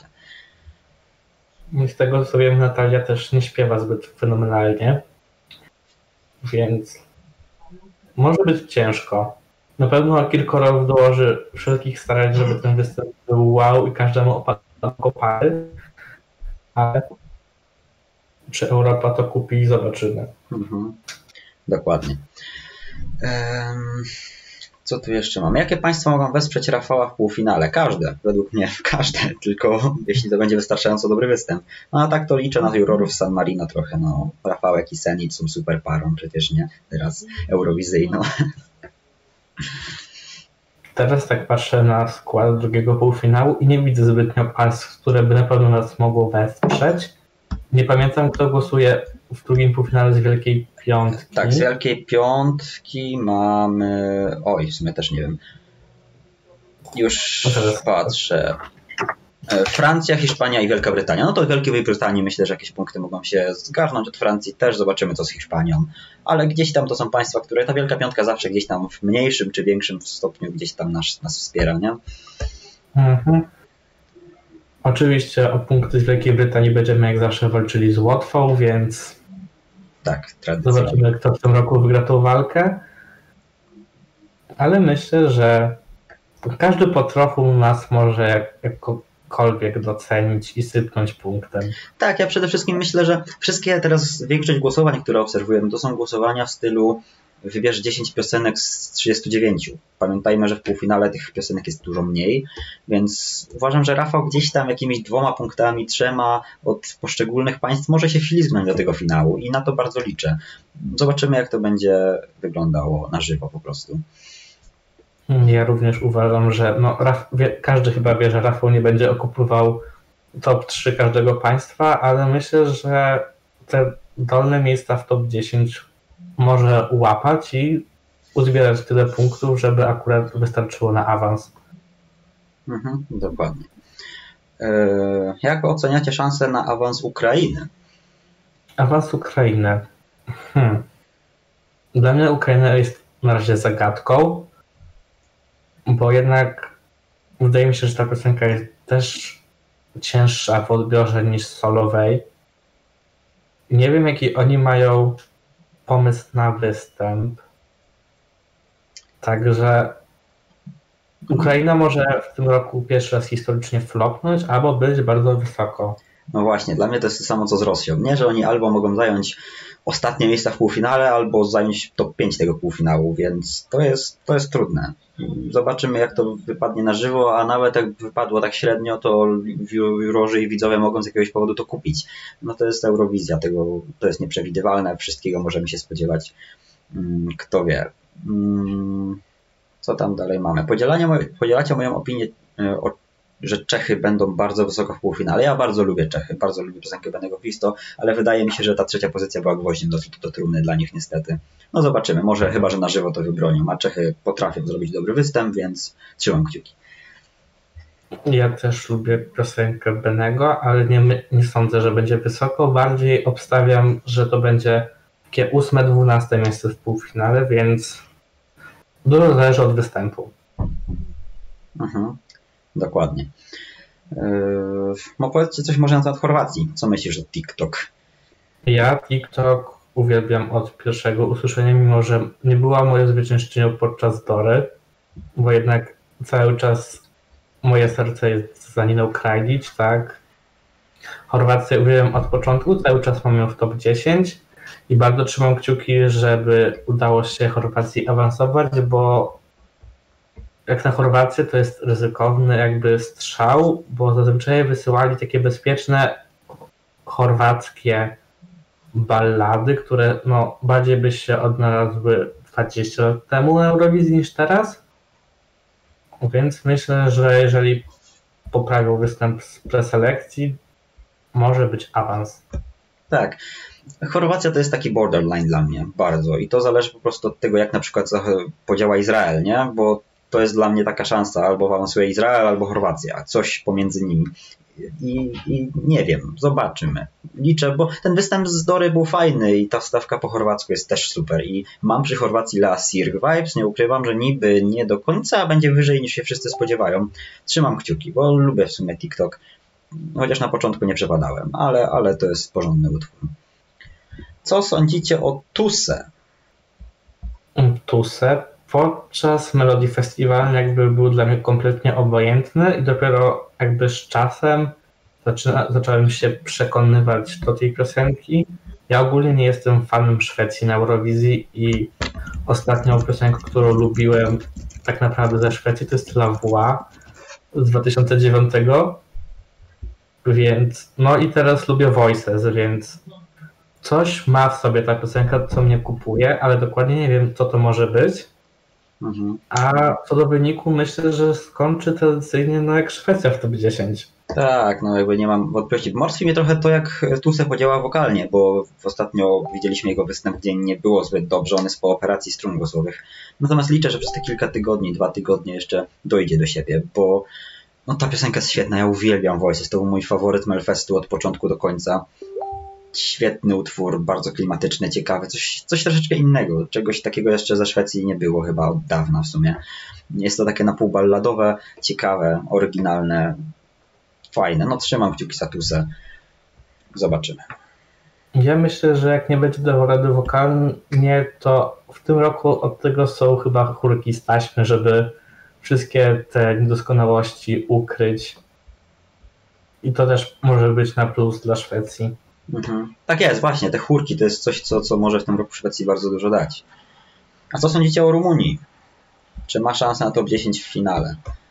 Z tego co wiem, Natalia też nie śpiewa zbyt fenomenalnie, więc może być ciężko. Na pewno Kirkorow dołoży wszelkich starań, żeby ten występ był wow i każdemu opadł pary, ale czy Europa to kupi, zobaczymy. Dokładnie. Co tu jeszcze mam? Jakie państwa mogą wesprzeć Rafała w półfinale? Każde, według mnie każde, tylko jeśli to będzie wystarczająco dobry występ. No a tak to liczę na jurorów z San Marino trochę, no Rafałek i Senit są super parą, przecież nie? Teraz eurowizyjną. Teraz tak patrzę na skład drugiego półfinału i nie widzę zbytnio państw, które by na pewno nas mogło wesprzeć. Nie pamiętam, kto głosuje w drugim półfinale z Wielkiej Piątki. Tak, z Wielkiej Piątki mamy... Oj, w sumie też nie wiem. Już patrzę. Francja, Hiszpania i Wielka Brytania. No to od Wielkiej Brytanii myślę, że jakieś punkty mogą się zgarnąć. Od Francji też zobaczymy, co z Hiszpanią. Ale gdzieś tam to są państwa, które ta Wielka Piątka zawsze gdzieś tam w mniejszym czy większym stopniu gdzieś tam nas wspiera, nie? Oczywiście o punkty z Wielkiej Brytanii będziemy jak zawsze walczyli z Łotwą, więc tak, tradycyjnie. Zobaczymy, kto w tym roku wygra tą walkę. Ale myślę, że każdy po trochu nas może jakkolwiek docenić i sypnąć punktem. Tak, ja przede wszystkim myślę, że większość głosowań, które obserwujemy, to są głosowania w stylu wybierz 10 piosenek z 39. Pamiętajmy, że w półfinale tych piosenek jest dużo mniej, więc uważam, że Rafał gdzieś tam jakimiś 2 punktami, 3 od poszczególnych państw może się ślizgnąć do tego finału i na to bardzo liczę. Zobaczymy, jak to będzie wyglądało na żywo po prostu. Ja również uważam, że no, każdy chyba wie, że Rafał nie będzie okupywał top 3 każdego państwa, ale myślę, że te dolne miejsca w top 10 może łapać i uzbierać tyle punktów, żeby akurat wystarczyło na awans. Dokładnie. Jak oceniacie szansę na awans Ukrainy? Awans Ukrainy. Dla mnie Ukraina jest na razie zagadką, bo jednak wydaje mi się, że ta piosenka jest też cięższa w odbiorze niż solowej. Nie wiem, jaki oni mają pomysł na występ. Także Ukraina może w tym roku pierwszy raz historycznie flopnąć, albo być bardzo wysoko. No właśnie, dla mnie to jest to samo co z Rosją. Nie, że oni albo mogą zająć ostatnie miejsca w półfinale, albo zająć top 5 tego półfinału, więc to jest trudne. Zobaczymy, jak to wypadnie na żywo, a nawet jak wypadło tak średnio, to jurorzy i widzowie mogą z jakiegoś powodu to kupić. No to jest Eurowizja, to jest nieprzewidywalne, wszystkiego możemy się spodziewać. Kto wie. Co tam dalej mamy? Podzielacie moją opinię, że Czechy będą bardzo wysoko w półfinale. Ja bardzo lubię Czechy, bardzo lubię piosenkę Bennego Fisto, ale wydaje mi się, że ta trzecia pozycja była gwoździem do trumny dla nich niestety. No zobaczymy, może chyba, że na żywo to wybronią, a Czechy potrafią zrobić dobry występ, więc trzymam kciuki. Ja też lubię piosenkę Benego, ale nie sądzę, że będzie wysoko. Bardziej obstawiam, że to będzie takie 8-12 miejsce w półfinale, więc dużo zależy od występu. Dokładnie. Powiedzcie coś może na temat Chorwacji. Co myślisz o TikTok? Ja TikTok uwielbiam od pierwszego usłyszenia, mimo że nie była moją zwyciężczynią podczas Dory, bo jednak cały czas moje serce jest za Niną Krajlić, tak? Chorwację uwielbiam od początku, cały czas mam ją w top 10 i bardzo trzymam kciuki, żeby udało się Chorwacji awansować, bo jak na Chorwację to jest ryzykowny jakby strzał, bo zazwyczaj wysyłali takie bezpieczne chorwackie ballady, które no, bardziej by się odnalazły 20 lat temu na Eurowizji niż teraz. Więc myślę, że jeżeli poprawią występ z preselekcji, może być awans. Tak. Chorwacja to jest taki borderline dla mnie bardzo i to zależy po prostu od tego, jak na przykład podziała Izrael, nie? Bo to jest dla mnie taka szansa, albo awansuje Izrael, albo Chorwacja, coś pomiędzy nimi. I nie wiem, zobaczymy. Liczę, bo ten występ z Dory był fajny i ta wstawka po chorwacku jest też super. I mam przy Chorwacji La Sirk vibes, nie ukrywam, że niby nie do końca, a będzie wyżej niż się wszyscy spodziewają. Trzymam kciuki, bo lubię w sumie TikTok. Chociaż na początku nie przepadałem, ale to jest porządny utwór. Co sądzicie o Tusse? Tusse podczas Melody Festival jakby był dla mnie kompletnie obojętny i dopiero jakby z czasem zacząłem się przekonywać do tej piosenki. Ja ogólnie nie jestem fanem Szwecji na Eurowizji i ostatnią piosenkę, którą lubiłem tak naprawdę ze Szwecji, to jest La Voix z 2009, więc no i teraz lubię Voices, więc coś ma w sobie ta piosenka, co mnie kupuje, ale dokładnie nie wiem, co to może być. A co do wyniku myślę, że skończy tradycyjnie no jak Szwecja w top 10. Tak, no jakby nie mam wątpliwości. Martwi mnie trochę to, jak Tusse podziała wokalnie, bo ostatnio widzieliśmy jego występ, gdzie nie było zbyt dobrze, on jest po operacji strun głosowych. Natomiast liczę, że przez te kilka tygodni, 2 tygodnie jeszcze dojdzie do siebie, bo no, ta piosenka jest świetna, ja uwielbiam Voices, to był mój faworyt Melfestu od początku do końca. Świetny utwór, bardzo klimatyczny, ciekawy, coś troszeczkę innego, czegoś takiego jeszcze ze Szwecji nie było chyba od dawna w sumie. Jest to takie na pół balladowe, ciekawe, oryginalne, fajne. No trzymam kciuki za Tusse. Zobaczymy. Ja myślę, że jak nie będzie dawał rady wokalnie, to w tym roku od tego są chyba chórki z taśmy, żeby wszystkie te niedoskonałości ukryć. I to też może być na plus dla Szwecji. Tak jest, właśnie. Te chórki to jest coś, co może w tym roku Szwecji bardzo dużo dać. A co sądzicie o Rumunii? Czy ma szansę na top 10 w finale?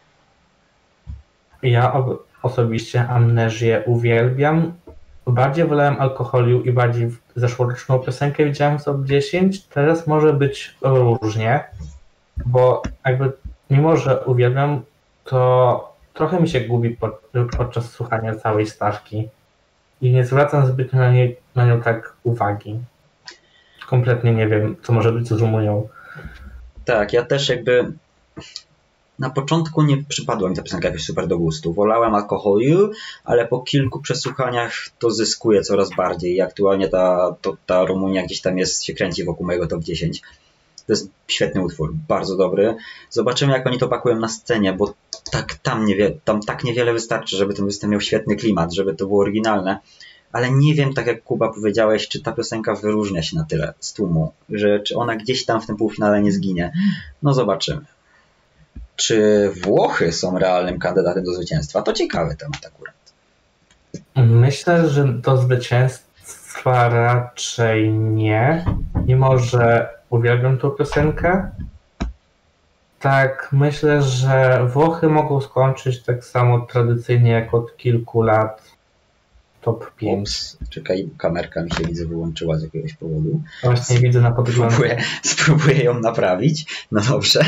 Ja osobiście Amnezję uwielbiam. Bardziej wolałem Alkoholiu i bardziej zeszłoroczną piosenkę widziałem w top 10. Teraz może być różnie, bo jakby mimo że uwielbiam, to trochę mi się gubi podczas słuchania całej stawki i nie zwracam zbytnio na nią tak uwagi. Kompletnie nie wiem, co może być z Rumunią. Tak, ja też jakby na początku nie przypadła mi ta piosenka jakoś super do gustu. Wolałem Alkoholiu, ale po kilku przesłuchaniach to zyskuje coraz bardziej i aktualnie ta Rumunia gdzieś tam się kręci wokół mojego top 10. To jest świetny utwór, bardzo dobry. Zobaczymy, jak oni to pakują na scenie, bo tam tak niewiele wystarczy, żeby ten występ miał świetny klimat, żeby to było oryginalne. Ale nie wiem, tak jak Kuba powiedziałeś, czy ta piosenka wyróżnia się na tyle z tłumu, czy ona gdzieś tam w tym półfinale nie zginie. No zobaczymy. Czy Włochy są realnym kandydatem do zwycięstwa? To ciekawy temat akurat. Myślę, że do zwycięstwa raczej nie, mimo że uwielbiam tą piosenkę. Tak, myślę, że Włochy mogą skończyć tak samo tradycyjnie jak od kilku lat top 5. Ups, czekaj, kamerka mi się widzę wyłączyła z jakiegoś powodu. Właśnie widzę na podglądzie. Spróbuję ją naprawić. No dobrze.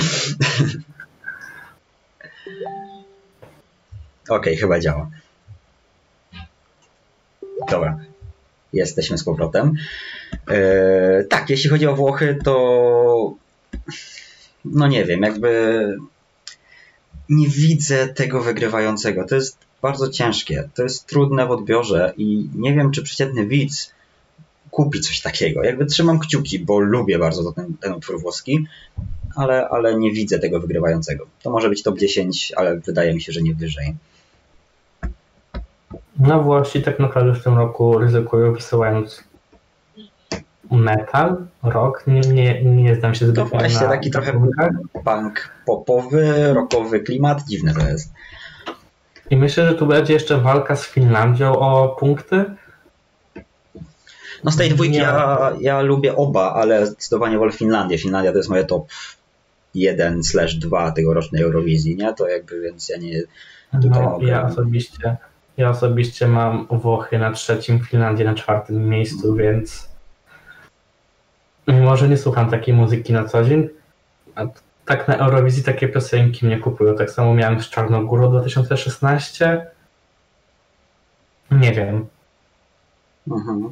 Okej, chyba działa. Dobra, jesteśmy z powrotem. Tak, jeśli chodzi o Włochy, to no nie wiem, jakby nie widzę tego wygrywającego. To jest bardzo ciężkie, to jest trudne w odbiorze i nie wiem, czy przeciętny widz kupi coś takiego. Jakby trzymam kciuki, bo lubię bardzo ten utwór włoski, ale nie widzę tego wygrywającego. To może być top 10, ale wydaje mi się, że nie wyżej. No Włosi tak naprawdę w tym roku ryzykują, wysyłając metal, rock, nie znam się zbytnio. To właśnie taki trochę punk popowy, rockowy klimat, dziwne to jest. I myślę, że tu będzie jeszcze walka z Finlandią o punkty. No z tej dwójki ja lubię oba, ale zdecydowanie wolę Finlandię. Finlandia to jest moje top 1/2 tegorocznej Eurowizji, nie? To jakby, więc ja nie tutaj no, mogę. Ja osobiście mam Włochy na 3., Finlandię na 4. miejscu, więc mimo że nie słucham takiej muzyki na co dzień, a tak na Eurowizji takie piosenki mnie kupują. Tak samo miałem z Czarnogórą 2016. Nie wiem. Mhm.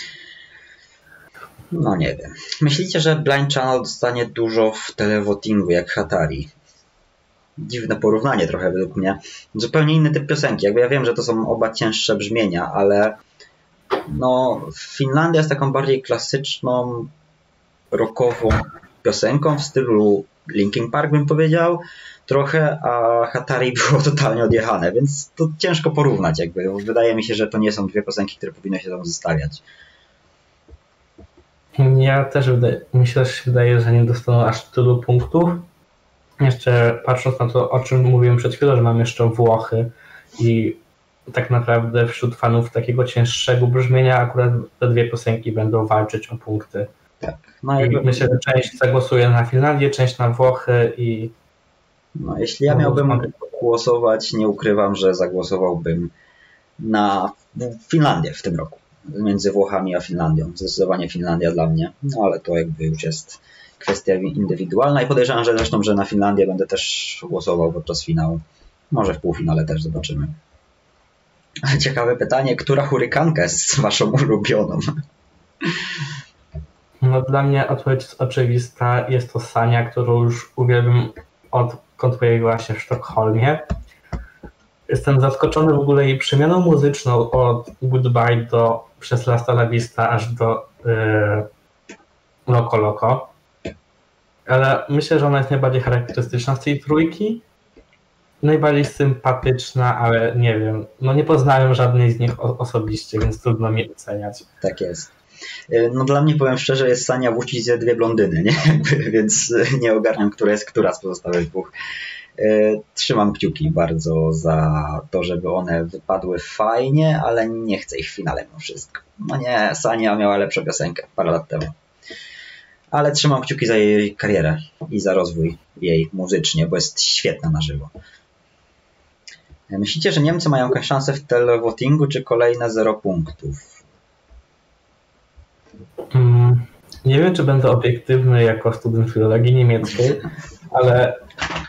No nie wiem. Myślicie, że Blind Channel dostanie dużo w televotingu jak Hatari? Dziwne porównanie trochę według mnie. Zupełnie inny typ piosenki. Jakby ja wiem, że to są oba cięższe brzmienia, ale no Finlandia jest taką bardziej klasyczną, rockową piosenką w stylu Linkin Park, bym powiedział, trochę, a Hatari było totalnie odjechane, więc to ciężko porównać jakby. Wydaje mi się, że to nie są dwie piosenki, które powinno się tam zestawiać. Ja też mi się wydaje, że nie dostaną aż tylu punktów. Jeszcze patrząc na to, o czym mówiłem przed chwilą, że mam jeszcze Włochy i tak naprawdę wśród fanów takiego cięższego brzmienia akurat te dwie piosenki będą walczyć o punkty. Tak. No i myślę, że część zagłosuje na Finlandię, część na Włochy i... No, jeśli ja miałbym głosować, nie ukrywam, że zagłosowałbym na Finlandię w tym roku. Między Włochami a Finlandią. Zdecydowanie Finlandia dla mnie, no ale to jakby już jest kwestia indywidualna i podejrzewam, że zresztą, że na Finlandię będę też głosował podczas finału. Może w półfinale też zobaczymy. Ciekawe pytanie, która hurykanka jest waszą ulubioną? No dla mnie odpowiedź jest oczywista. Jest to Sania, którą już uwielbiam odkąd pojawiła się w Sztokholmie. Jestem zaskoczony w ogóle jej przemianą muzyczną od Goodbye przez Lasta La Vista aż do Loco Loco. Ale myślę, że ona jest najbardziej charakterystyczna z tej trójki. Najbardziej sympatyczna, ale nie wiem. No nie poznałem żadnej z nich osobiście, więc trudno mi oceniać. Tak jest. No dla mnie, powiem szczerze, jest Sania Vucic ze dwie blondyny, nie? Więc nie ogarniam, która jest która z pozostałych dwóch. Trzymam kciuki bardzo za to, żeby one wypadły fajnie, ale nie chcę ich w finale mimo wszystko. No nie, Sania miała lepszą piosenkę parę lat temu. Ale trzymam kciuki za jej karierę i za rozwój jej muzycznie, bo jest świetna na żywo. Myślicie, że Niemcy mają jakąś szansę w televotingu, czy kolejne 0 punktów? Nie wiem, czy będę obiektywny jako student filologii niemieckiej, ale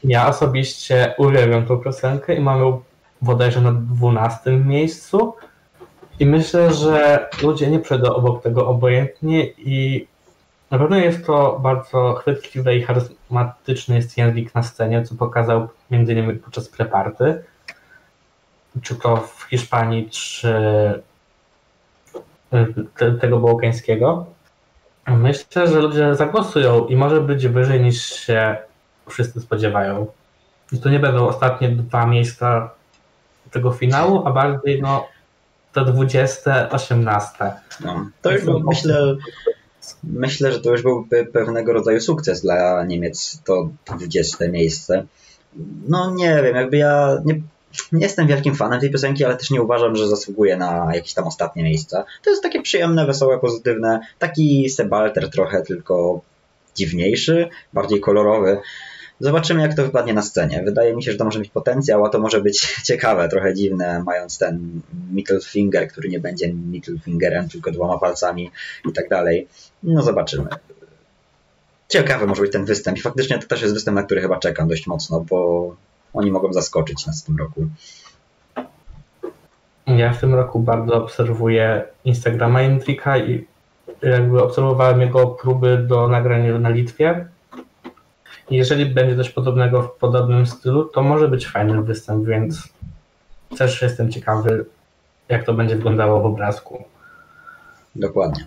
Ja osobiście uwielbiam tą piosenkę i mam ją bodajże na 12 miejscu i myślę, że ludzie nie przejdą obok tego obojętnie i na pewno jest to bardzo chwytliwe i charyzmatyczny jest język na scenie, co pokazał m.in. podczas preparty, czy to w Hiszpanii, czy tego bałkańskiego. Myślę, że ludzie zagłosują i może być wyżej niż się wszyscy spodziewają. I to nie będą ostatnie 2 miejsca tego finału, a bardziej te 20, 18. No, to już był, myślę, że to już byłby pewnego rodzaju sukces dla Niemiec, to 20 miejsce. No nie wiem, jakby ja nie jestem wielkim fanem tej piosenki, ale też nie uważam, że zasługuje na jakieś tam ostatnie miejsca. To jest takie przyjemne, wesołe, pozytywne, taki Sebalter trochę, tylko dziwniejszy, bardziej kolorowy. Zobaczymy, jak to wypadnie na scenie. Wydaje mi się, że to może mieć potencjał, a to może być ciekawe, trochę dziwne, mając ten middle finger, który nie będzie middle fingerem, tylko 2 palcami i tak dalej. No zobaczymy. Ciekawy może być ten występ i faktycznie to też jest występ, na który chyba czekam dość mocno, bo oni mogą zaskoczyć nas w tym roku. Ja w tym roku bardzo obserwuję Instagrama Jędrika i jakby obserwowałem jego próby do nagrania na Litwie. I jeżeli będzie coś podobnego w podobnym stylu, to może być fajny występ, więc też jestem ciekawy, jak to będzie wyglądało w obrazku. Dokładnie.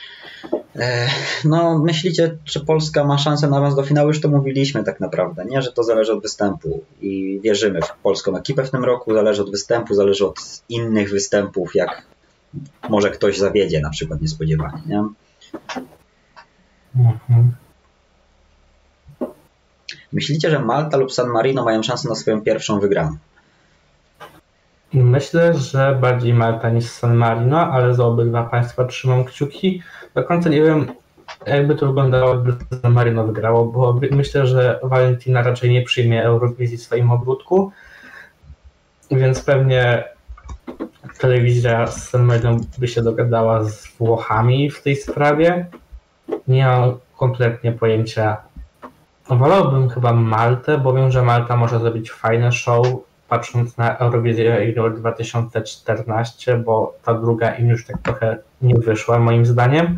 No, myślicie, czy Polska ma szansę na awans do finału? Już to mówiliśmy tak naprawdę, nie? Że to zależy od występu i wierzymy w polską ekipę w tym roku, zależy od występu, zależy od innych występów, jak może ktoś zawiedzie na przykład niespodziewanie, nie? Mhm. Myślicie, że Malta lub San Marino mają szansę na swoją pierwszą wygraną? Myślę, że bardziej Malta niż San Marino, ale za obydwa państwa trzymam kciuki. Do końca nie wiem, jakby to wyglądało, gdyby San Marino wygrało, bo myślę, że Valentina raczej nie przyjmie Eurowizji w swoim ogródku, więc pewnie telewizja z San Marino by się dogadała z Włochami w tej sprawie. Nie mam kompletnie pojęcia. Wolałbym chyba Maltę, bo wiem, że Malta może zrobić fajne show, patrząc na Eurowizję 2014, bo ta druga im już tak trochę nie wyszła moim zdaniem.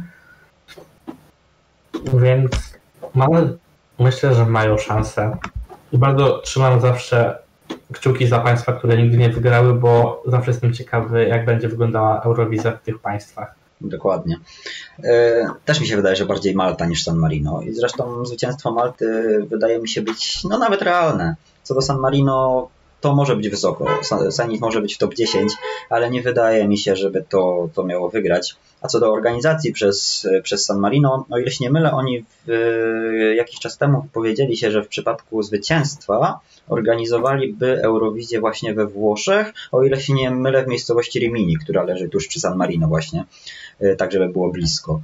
Więc myślę, że mają szansę. I bardzo trzymam zawsze kciuki za państwa, które nigdy nie wygrały, bo zawsze jestem ciekawy, jak będzie wyglądała Eurowizja w tych państwach. Dokładnie. Też mi się wydaje, że bardziej Malta niż San Marino. I zresztą zwycięstwo Malty wydaje mi się być nawet realne. Co do San Marino, to może być wysoko. Sanit może być w top 10, ale nie wydaje mi się, żeby to miało wygrać. A co do organizacji przez San Marino, o ile się nie mylę, oni jakiś czas temu powiedzieli się, że w przypadku zwycięstwa organizowaliby Eurowizję właśnie we Włoszech, o ile się nie mylę, w miejscowości Rimini, która leży tuż przy San Marino właśnie, tak żeby było blisko.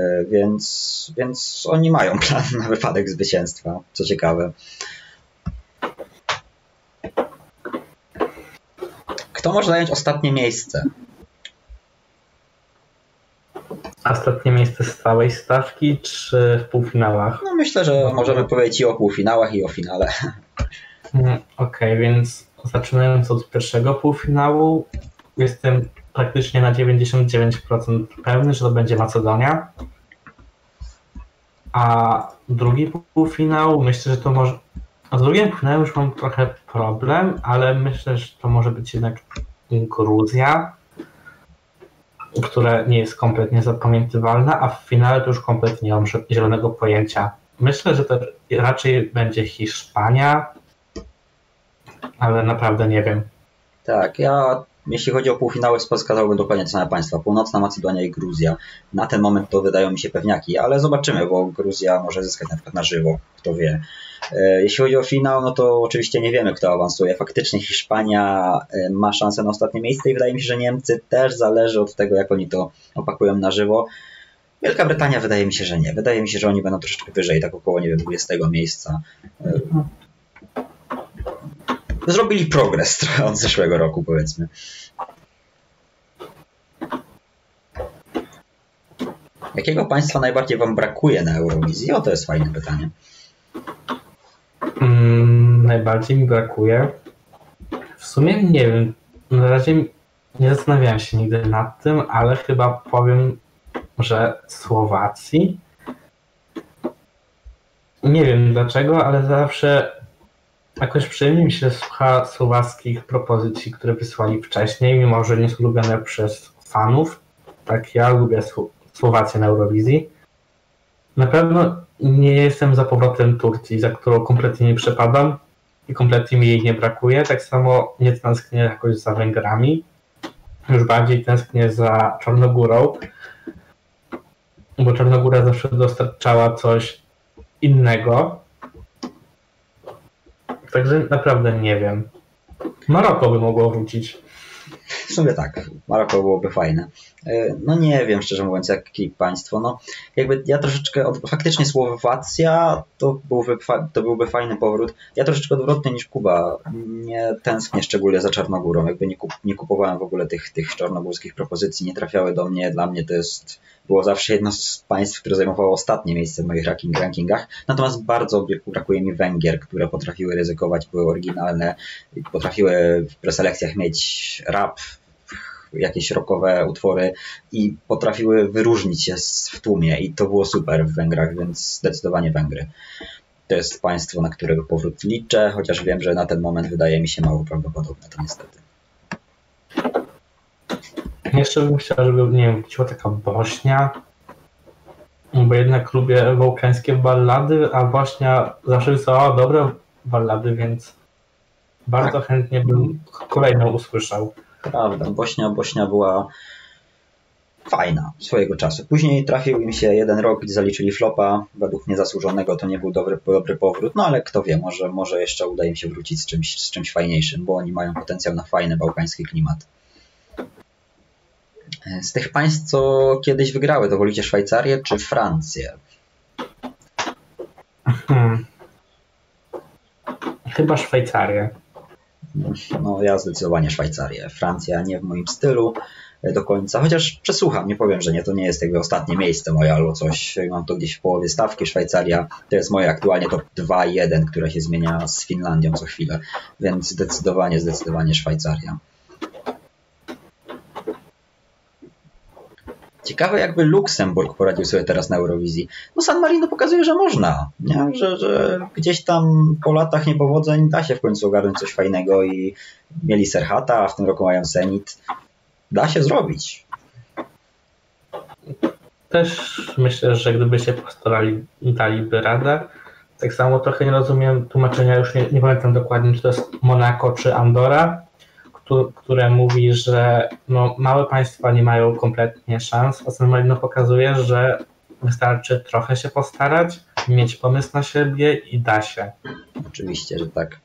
Więc oni mają plan na wypadek zwycięstwa, co ciekawe. Kto może zająć ostatnie miejsce? Ostatnie miejsce z całej stawki, czy w półfinałach? No myślę, że możemy powiedzieć i o półfinałach, i o finale. Okej, więc zaczynając od pierwszego półfinału, jestem praktycznie na 99% pewny, że to będzie Macedonia. A drugi półfinał, myślę, że to może... A z drugim półfinałem już mam trochę problem, ale myślę, że to może być jednak Gruzja, która nie jest kompletnie zapamiętywalna, a w finale to już kompletnie nie mam zielonego pojęcia. Myślę, że to raczej będzie Hiszpania, ale naprawdę nie wiem. Tak, jeśli chodzi o półfinały, wskazałbym dokładnie te same państwa. Północna Macedonia i Gruzja. Na ten moment to wydają mi się pewniaki, ale zobaczymy, bo Gruzja może zyskać na przykład na żywo, kto wie. Jeśli chodzi o finał, no to oczywiście nie wiemy, kto awansuje. Faktycznie Hiszpania ma szansę na ostatnie miejsce i wydaje mi się, że Niemcy też, zależy od tego, jak oni to opakują na żywo. Wielka Brytania wydaje mi się, że nie. Wydaje mi się, że oni będą troszeczkę wyżej, tak około, nie wiem, 20 miejsca. Zrobili progres trochę od zeszłego roku, powiedzmy. Jakiego państwa najbardziej wam brakuje na Eurowizji? O, to jest fajne pytanie. najbardziej mi brakuje? W sumie nie wiem. Na razie nie zastanawiałem się nigdy nad tym, ale chyba powiem, że Słowacji. Nie wiem dlaczego, ale zawsze jakoś przyjemnie mi się słucha słowackich propozycji, które wysłali wcześniej, mimo że nie są lubione przez fanów. Tak, ja lubię Słowację na Eurowizji. Na pewno nie jestem za powrotem Turcji, za którą kompletnie nie przepadam i kompletnie mi jej nie brakuje. Tak samo nie tęsknię jakoś za Węgrami. Już bardziej tęsknię za Czarnogórą, bo Czarnogóra zawsze dostarczała coś innego. Także naprawdę nie wiem. Maroko by mogło wrócić. W sumie tak, Maroko byłoby fajne. No nie wiem, szczerze mówiąc, jakie państwo. No jakby ja troszeczkę, faktycznie Słowacja to byłby fajny powrót. Ja troszeczkę odwrotnie niż Kuba. Nie tęsknię szczególnie za Czarnogórą. Jakby nie kupowałem w ogóle tych czarnogórskich propozycji, nie trafiały do mnie. Dla mnie to było zawsze jedno z państw, które zajmowało ostatnie miejsce w moich rankingach. Natomiast bardzo brakuje mi Węgier, które potrafiły ryzykować, były oryginalne, potrafiły w preselekcjach mieć rap, jakieś rockowe utwory i potrafiły wyróżnić się w tłumie i to było super w Węgrach, więc zdecydowanie Węgry. To jest państwo, na którego powrót liczę, chociaż wiem, że na ten moment wydaje mi się mało prawdopodobne, to niestety. Jeszcze bym chciał, żeby, nie wiem, wróciła taka Bośnia, bo jednak lubię bałkańskie ballady, a Bośnia zawsze wysłała dobre ballady, więc bardzo chętnie bym kolejną usłyszał. Prawda, Bośnia była fajna swojego czasu. Później trafił im się jeden rok, gdzie zaliczyli flopa. Według niezasłużonego to nie był dobry powrót, no ale kto wie, może jeszcze uda im się wrócić z czymś fajniejszym, bo oni mają potencjał na fajny bałkański klimat. Z tych państw, co kiedyś wygrały, to wolicie Szwajcarię czy Francję? Chyba Szwajcarię. No ja zdecydowanie Szwajcarię. Francja nie w moim stylu do końca, chociaż przesłucham, nie powiem, że nie, to nie jest jakby ostatnie miejsce moje albo coś, mam to gdzieś w połowie stawki. Szwajcaria to jest moje aktualnie top 2-1, które się zmienia z Finlandią co chwilę, więc zdecydowanie Szwajcaria. Ciekawe, jakby Luksemburg poradził sobie teraz na Eurowizji. No San Marino pokazuje, że można, nie? Że gdzieś tam po latach niepowodzeń da się w końcu ogarnąć coś fajnego i mieli Serhata, a w tym roku mają Zenit. Da się zrobić. Też myślę, że gdyby się postarali, daliby radę. Tak samo trochę nie rozumiem tłumaczenia, już nie pamiętam dokładnie, czy to jest Monako czy Andora, które mówi, że no, małe państwa nie mają kompletnie szans, a San Marino pokazuje, że wystarczy trochę się postarać, mieć pomysł na siebie i da się. Oczywiście, że tak.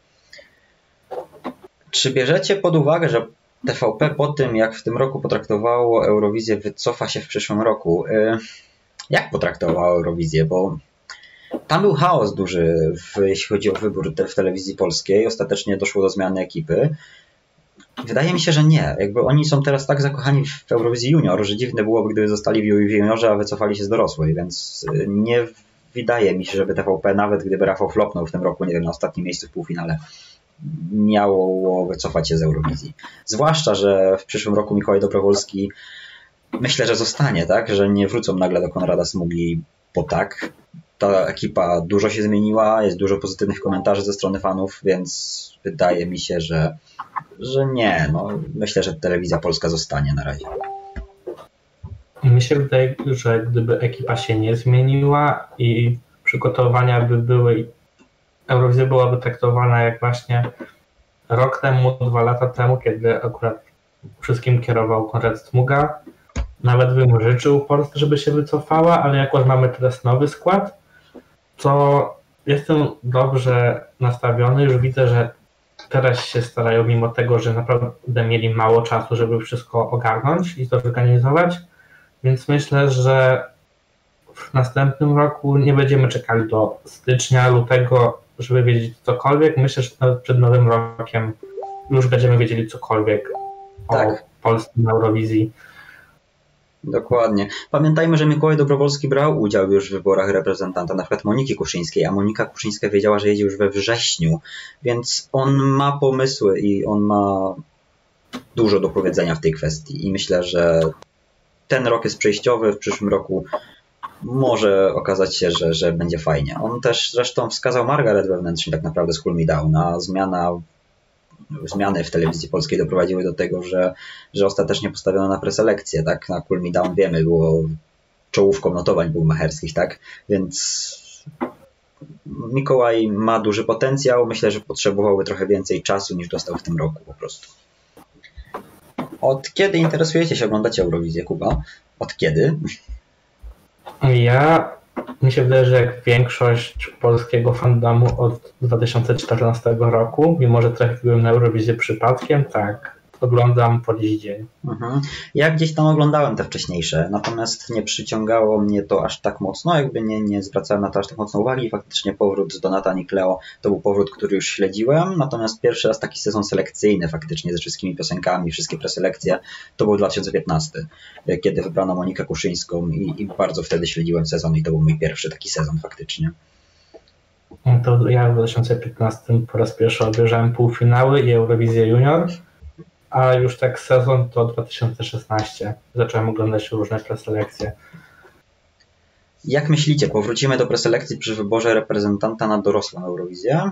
Czy bierzecie pod uwagę, że TVP po tym, jak w tym roku potraktowało Eurowizję, wycofa się w przyszłym roku? Jak potraktowało Eurowizję? Bo tam był chaos duży, jeśli chodzi o wybór w telewizji polskiej. Ostatecznie doszło do zmiany ekipy. Wydaje mi się, że nie. Jakby oni są teraz tak zakochani w Eurowizji Junior, że dziwne byłoby, gdyby zostali w Juniorze, a wycofali się z dorosłej, więc nie wydaje mi się, żeby TVP, nawet gdyby Rafał flopnął w tym roku, nie wiem, na ostatnim miejscu w półfinale, miało wycofać się z Eurowizji. Zwłaszcza, że w przyszłym roku Mikołaj Dobrowolski myślę, że zostanie, tak? Że nie wrócą nagle do Konrada Smugi, bo tak. Ta ekipa dużo się zmieniła, jest dużo pozytywnych komentarzy ze strony fanów, więc wydaje mi się, że nie. No, myślę, że telewizja polska zostanie na razie. Mi się wydaje, że gdyby ekipa się nie zmieniła i przygotowania by były, Eurowizja byłaby traktowana jak właśnie rok temu, 2 lata temu, kiedy akurat wszystkim kierował Konrad Smuga. Nawet bym życzył Polsce, żeby się wycofała, ale jak już mamy teraz nowy skład, to jestem dobrze nastawiony. Już widzę, że teraz się starają, mimo tego, że naprawdę mieli mało czasu, żeby wszystko ogarnąć i to zorganizować. Więc myślę, że w następnym roku nie będziemy czekali do stycznia, lutego, żeby wiedzieć cokolwiek. Myślę, że nawet przed Nowym Rokiem już będziemy wiedzieli cokolwiek o Polsce na Eurowizji. Dokładnie. Pamiętajmy, że Mikołaj Dobrowolski brał udział już w wyborach reprezentanta, na przykład Moniki Kuszyńskiej, a Monika Kuszyńska wiedziała, że jedzie już we wrześniu, więc on ma pomysły i on ma dużo do powiedzenia w tej kwestii i myślę, że ten rok jest przejściowy, w przyszłym roku może okazać się, że będzie fajnie. On też zresztą wskazał Margaret wewnętrznie tak naprawdę z Cool Me Down, a zmiany w telewizji polskiej doprowadziły do tego, że ostatecznie postawiono na preselekcję, tak? Na Cool Me Down wiemy, było czołówką notowań bukmacherskich, tak? Więc Mikołaj ma duży potencjał, myślę, że potrzebowałby trochę więcej czasu niż dostał w tym roku po prostu. Od kiedy interesujecie się, oglądacie Eurowizję, Kuba? Od kiedy? Mi się wydaje, że jak większość polskiego fandomu od 2014 roku, mimo że trafiłem na Eurowizję przypadkiem, tak, oglądam po dziś dzień. Ja gdzieś tam oglądałem te wcześniejsze, natomiast nie przyciągało mnie to aż tak mocno, jakby nie zwracałem na to aż tak mocno uwagi. Faktycznie powrót z Donata i Cleo to był powrót, który już śledziłem, natomiast pierwszy raz taki sezon selekcyjny faktycznie ze wszystkimi piosenkami, wszystkie preselekcje, to był 2015, kiedy wybrano Monikę Kuszyńską i bardzo wtedy śledziłem sezon i to był mój pierwszy taki sezon faktycznie. To ja w 2015 po raz pierwszy obejrzałem półfinały i Eurowizję Junior, a już tak sezon to 2016. Zacząłem oglądać różne preselekcje. Jak myślicie, powrócimy do preselekcji przy wyborze reprezentanta na dorosłą Eurowizję?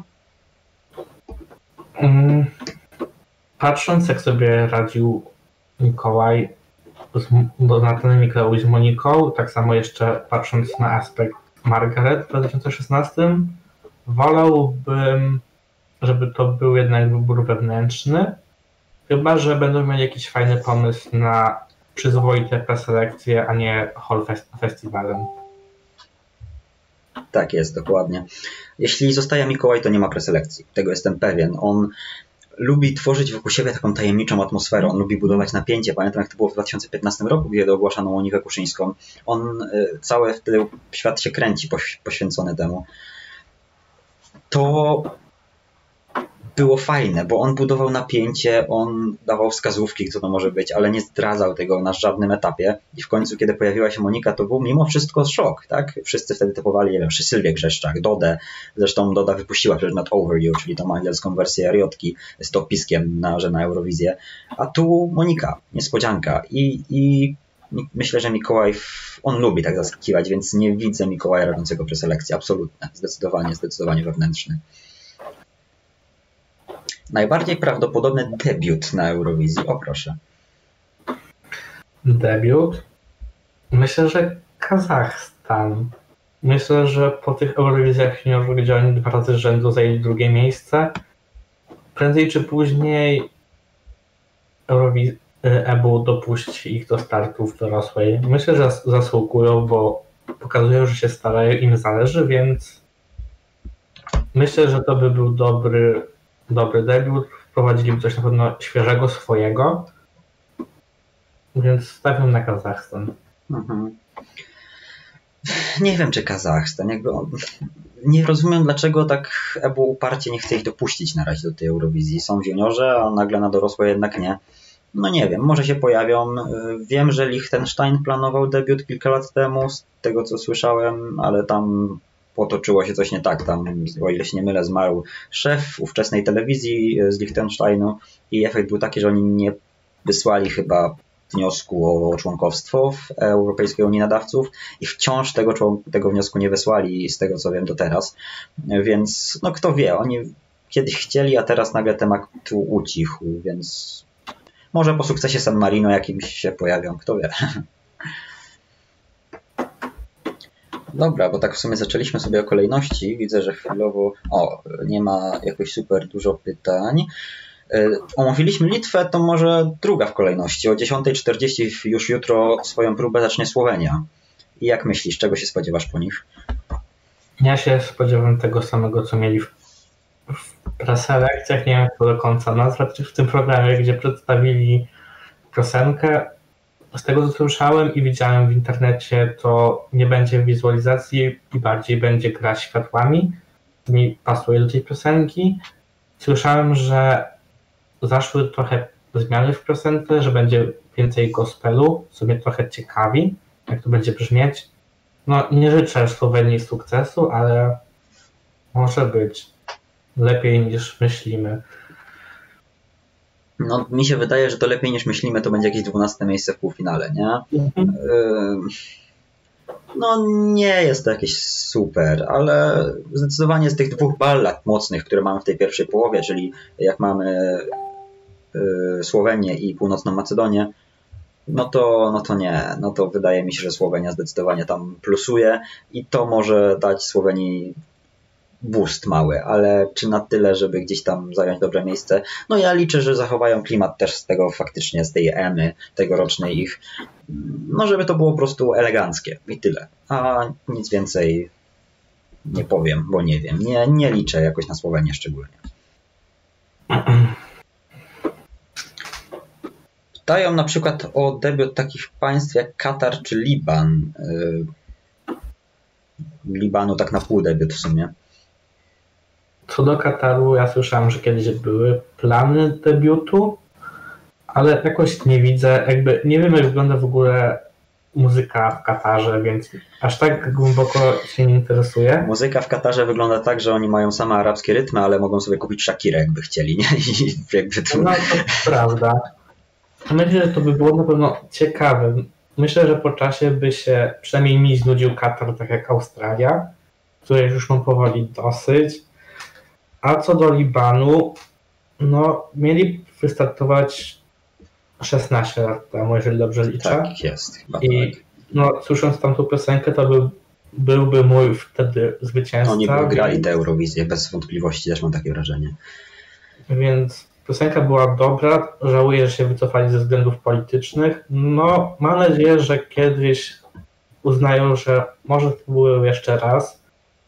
Patrząc, jak sobie radził Mikołaj z Donatanem i Cleo z Moniką, tak samo jeszcze patrząc na aspekt Margaret w 2016, wolałbym, żeby to był jednak wybór wewnętrzny, chyba że będą mieli jakiś fajny pomysł na przyzwoite preselekcje, a nie hall festiwalem. Tak jest, dokładnie. Jeśli zostaje Mikołaj, to nie ma preselekcji. Tego jestem pewien. On lubi tworzyć wokół siebie taką tajemniczą atmosferę. On lubi budować napięcie. Pamiętam, jak to było w 2015 roku, kiedy ogłaszano Monikę Kuszyńską. Cały wtedy świat się kręci poświęcony temu. To było fajne, bo on budował napięcie, on dawał wskazówki, co to może być, ale nie zdradzał tego na żadnym etapie. I w końcu, kiedy pojawiła się Monika, to był mimo wszystko szok, tak? Wszyscy wtedy typowali, nie wiem, Sylwię Grzeszczak, Dodę. Zresztą Doda wypuściła przecież Not Over You, czyli tą angielską wersję Riotki z dopiskiem na Eurowizję. A tu Monika, niespodzianka. I myślę, że Mikołaj, on lubi tak zaskakiwać, więc nie widzę Mikołaja robiącego preselekcję. Absolutnie. Zdecydowanie wewnętrzny. Najbardziej prawdopodobny debiut na Eurowizji. O proszę. Debiut? Myślę, że Kazachstan. Myślę, że po tych Eurowizjach juniorów, gdzie oni 2 razy z rzędu zajęli drugie miejsce, prędzej czy później EBU dopuści ich do startów dorosłej. Myślę, że zasługują, bo pokazują, że się starają, im zależy, więc myślę, że to by był dobry debiut. Wprowadziliby coś na pewno świeżego, swojego, więc stawiam na Kazachstan. Nie wiem, czy Kazachstan. Nie rozumiem, dlaczego tak EBU uparcie nie chce ich dopuścić na razie do tej Eurowizji. Są w juniorze, a nagle na dorosłe jednak nie. No nie wiem, może się pojawią. Wiem, że Liechtenstein planował debiut kilka lat temu, z tego co słyszałem, ale tam potoczyło się coś nie tak. Tam, o ile się nie mylę, zmarł szef ówczesnej telewizji z Liechtensteinu i efekt był taki, że oni nie wysłali chyba wniosku o członkowstwo w Europejskiej Unii Nadawców i wciąż tego wniosku nie wysłali, z tego co wiem, do teraz. Więc no kto wie, oni kiedyś chcieli, a teraz nagle temat tu ucichł, więc może po sukcesie San Marino jakimś się pojawią, kto wie. Dobra, bo tak w sumie zaczęliśmy sobie o kolejności. Widzę, że chwilowo nie ma jakoś super dużo pytań. Omówiliśmy Litwę, to może druga w kolejności. O 10:40 już jutro swoją próbę zacznie Słowenia. I jak myślisz, czego się spodziewasz po nich? Ja się spodziewam tego samego, co mieli w preselekcjach, nie wiem jak to do końca nazwać, w tym programie, gdzie przedstawili piosenkę. Z tego, co słyszałem i widziałem w internecie, to nie będzie wizualizacji i bardziej będzie gra światłami. Mi pasuje do tej piosenki. Słyszałem, że zaszły trochę zmiany w piosence, że będzie więcej gospelu, co mnie trochę ciekawi, jak to będzie brzmieć. No nie życzę Słowenii sukcesu, ale może być lepiej niż myślimy. No, mi się wydaje, że to lepiej niż myślimy, to będzie jakieś 12 miejsce w półfinale, nie? No nie jest to jakieś super, ale zdecydowanie z tych dwóch ballad mocnych, które mamy w tej pierwszej połowie, czyli jak mamy Słowenię i Północną Macedonię, no to nie. No to wydaje mi się, że Słowenia zdecydowanie tam plusuje i to może dać Słowenii boost mały, ale czy na tyle, żeby gdzieś tam zająć dobre miejsce? No ja liczę, że zachowają klimat też z tego faktycznie, z tej EMY tegorocznej ich, no żeby to było po prostu eleganckie i tyle. A nic więcej nie powiem, bo nie wiem. Nie liczę jakoś na Słowenię szczególnie. Pytają na przykład o debiut takich państw jak Katar czy Liban. Libanu tak na pół debiut w sumie. Co do Kataru, ja słyszałem, że kiedyś były plany debiutu, ale jakoś nie widzę, jakby nie wiem jak wygląda w ogóle muzyka w Katarze, więc aż tak głęboko się nie interesuję. Muzyka w Katarze wygląda tak, że oni mają same arabskie rytmy, ale mogą sobie kupić Shakirę jakby chcieli, nie? I jakby to... No to prawda. Myślę, że to by było na pewno ciekawe. Myślę, że po czasie by się przynajmniej mi znudził Katar, tak jak Australia, której już mam powoli dosyć. A co do Libanu, no mieli wystartować 16 lat temu, jeżeli dobrze liczę. Tak jest, chyba I tak. no, słysząc tamtą piosenkę, to byłby mój wtedy zwycięzca. Oni by grali tę Eurowizję, bez wątpliwości, też mam takie wrażenie. Więc piosenka była dobra, żałuję, że się wycofali ze względów politycznych. No, mam nadzieję, że kiedyś uznają, że może spróbują jeszcze raz,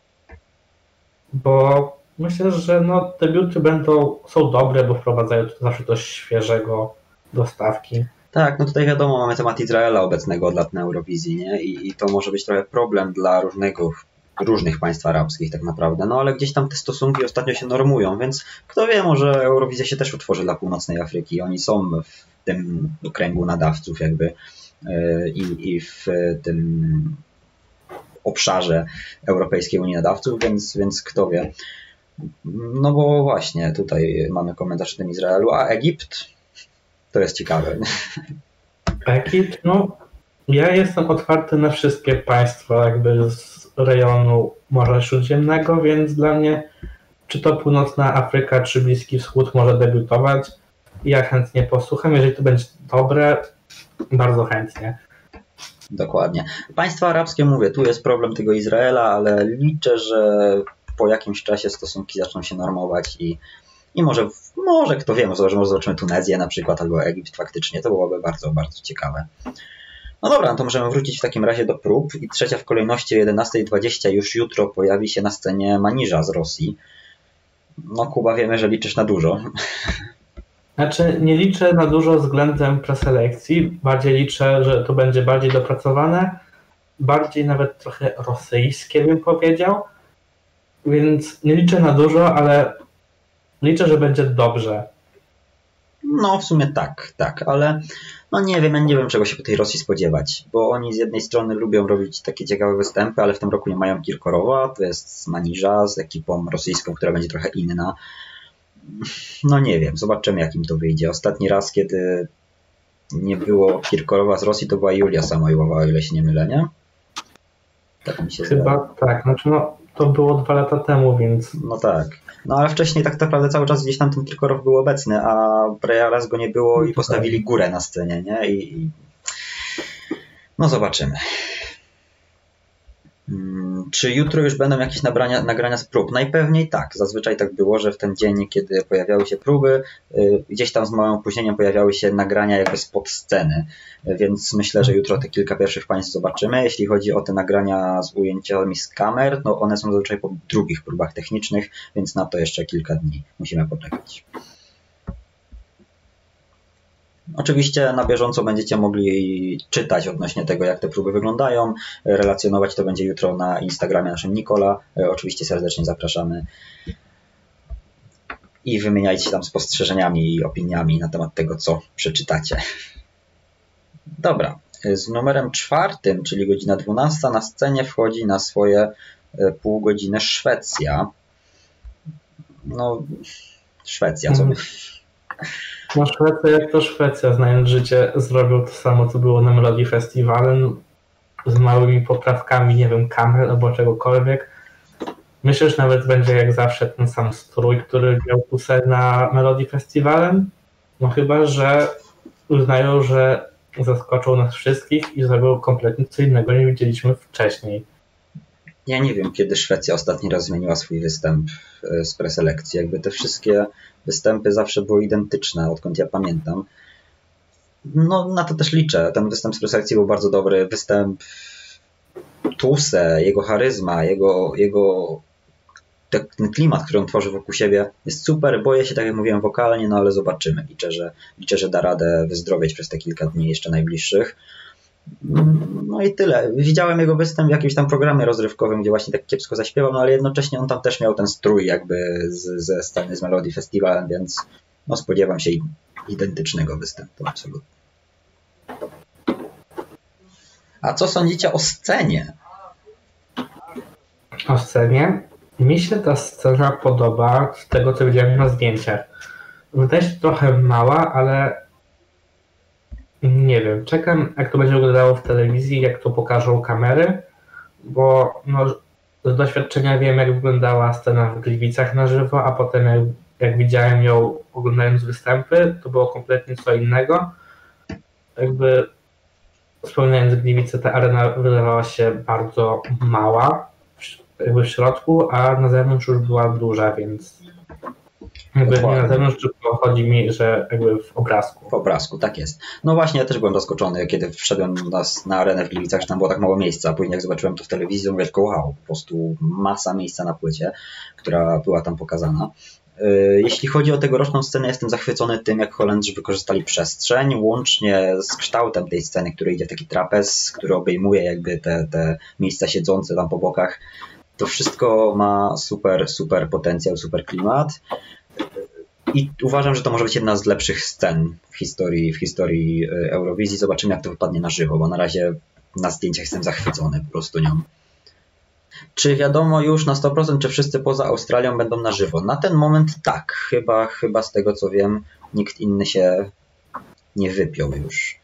bo myślę, że no, debiuty są dobre, bo wprowadzają tu zawsze coś świeżego do stawki. Tak, no tutaj wiadomo, mamy temat Izraela obecnego od lat na Eurowizji, nie? I to może być trochę problem dla różnych państw arabskich tak naprawdę, no ale gdzieś tam te stosunki ostatnio się normują, więc kto wie, może Eurowizja się też utworzy dla północnej Afryki. Oni są w tym kręgu nadawców jakby i w tym obszarze Europejskiej Unii Nadawców, więc kto wie. No bo właśnie, tutaj mamy komentarz o tym Izraelu, a Egipt? To jest ciekawe. Egipt, no ja jestem otwarty na wszystkie państwa jakby z rejonu Morza Śródziemnego, więc dla mnie czy to Północna Afryka, czy Bliski Wschód może debiutować. Ja chętnie posłucham, jeżeli to będzie dobre, bardzo chętnie. Dokładnie. Państwa arabskie, mówię, tu jest problem tego Izraela, ale liczę, że po jakimś czasie stosunki zaczną się normować i może kto wie, może zobaczymy Tunezję na przykład albo Egipt faktycznie, to byłoby bardzo, bardzo ciekawe. No dobra, no to możemy wrócić w takim razie do prób i trzecia w kolejności o 11:20 już jutro pojawi się na scenie Maniża z Rosji. No Kuba, wiemy, że liczysz na dużo. Znaczy nie liczę na dużo względem preselekcji, bardziej liczę, że to będzie bardziej dopracowane, bardziej nawet trochę rosyjskie bym powiedział, więc nie liczę na dużo, ale liczę, że będzie dobrze. No w sumie tak, ale no nie wiem czego się po tej Rosji spodziewać, bo oni z jednej strony lubią robić takie ciekawe występy, ale w tym roku nie mają Kirkorowa, to jest Maniża z ekipą rosyjską, która będzie trochę inna. No nie wiem, zobaczymy jak im to wyjdzie. Ostatni raz, kiedy nie było Kirkorowa z Rosji, to była Julia Samojłowa, o ile się nie mylę, nie? Tak mi się Chyba zdaje. tak, znaczy no to było 2 lata temu, więc... No tak. No ale wcześniej tak naprawdę cały czas gdzieś tam ten Kirkorow był obecny, a raz go nie było i postawili górę na scenie, nie? No zobaczymy. Czy jutro już będą jakieś nagrania z prób? Najpewniej tak. Zazwyczaj tak było, że w ten dzień, kiedy pojawiały się próby, gdzieś tam z małym opóźnieniem pojawiały się nagrania jakby spod sceny. Więc myślę, że jutro te kilka pierwszych państw zobaczymy. Jeśli chodzi o te nagrania z ujęciami z kamer, no one są zazwyczaj po drugich próbach technicznych, więc na to jeszcze kilka dni musimy poczekać. Oczywiście na bieżąco będziecie mogli czytać odnośnie tego, jak te próby wyglądają. Relacjonować to będzie jutro na Instagramie naszym Nikola. Oczywiście serdecznie zapraszamy. I wymieniajcie się tam spostrzeżeniami i opiniami na temat tego, co przeczytacie. Dobra, z numerem 4, czyli godzina 12, na scenie wchodzi na swoje pół godziny Szwecja. No, Szwecja, co by... No Szwecja, jak to Szwecja, znając życie, zrobił to samo, co było na Melodii Festiwalem, z małymi poprawkami, nie wiem, kamer albo czegokolwiek. Myślę, że nawet będzie jak zawsze ten sam strój, który miał Kusel na Melodii Festiwalem. No chyba, że uznają, że zaskoczył nas wszystkich i zrobił kompletnie co innego, nie widzieliśmy wcześniej. Ja nie wiem, kiedy Szwecja ostatni raz zmieniła swój występ z preselekcji. Jakby te wszystkie występy zawsze były identyczne, odkąd ja pamiętam. No, na to też liczę. Ten występ z preselekcji był bardzo dobry. Występ Tuse, jego charyzma, jego ten klimat, który on tworzy wokół siebie, jest super. Boję się, tak jak mówiłem, wokalnie, no ale zobaczymy. Liczę, że da radę wyzdrowieć przez te kilka dni jeszcze najbliższych. No i tyle. Widziałem jego występ w jakimś tam programie rozrywkowym, gdzie właśnie tak kiepsko zaśpiewał, no ale jednocześnie on tam też miał ten strój jakby ze sceny z Melodii Festiwalem, więc no spodziewam się identycznego występu, absolutnie. A co sądzicie o scenie? O scenie? Mi się ta scena podoba z tego, co widziałem na zdjęciach. Wydaje się trochę mała, ale nie wiem. Czekam, jak to będzie wyglądało w telewizji, jak to pokażą kamery, bo no, z doświadczenia wiem, jak wyglądała scena w Gliwicach na żywo, a potem jak widziałem ją oglądając występy, to było kompletnie co innego. Jakby wspominając Gliwice, ta arena wydawała się bardzo mała, jakby w środku, a na zewnątrz już była duża, więc jakby nie na zewnątrz, tylko chodzi mi, że jakby w obrazku. W obrazku, tak jest. No właśnie, ja też byłem zaskoczony, kiedy wszedłem na arenę w Gliwicach, że tam było tak mało miejsca, a później jak zobaczyłem to w telewizji, mówię tylko wow, po prostu masa miejsca na płycie, która była tam pokazana. Jeśli chodzi o tegoroczną scenę, jestem zachwycony tym, jak Holendrzy wykorzystali przestrzeń, łącznie z kształtem tej sceny, który idzie w taki trapez, który obejmuje jakby te miejsca siedzące tam po bokach. To wszystko ma super potencjał, super klimat. I uważam, że to może być jedna z lepszych scen w historii Eurowizji. Zobaczymy, jak to wypadnie na żywo, bo na razie na zdjęciach jestem zachwycony po prostu nią. Czy wiadomo już na 100%, czy wszyscy poza Australią będą na żywo? Na ten moment tak. Chyba z tego co wiem, nikt inny się nie wypiął już.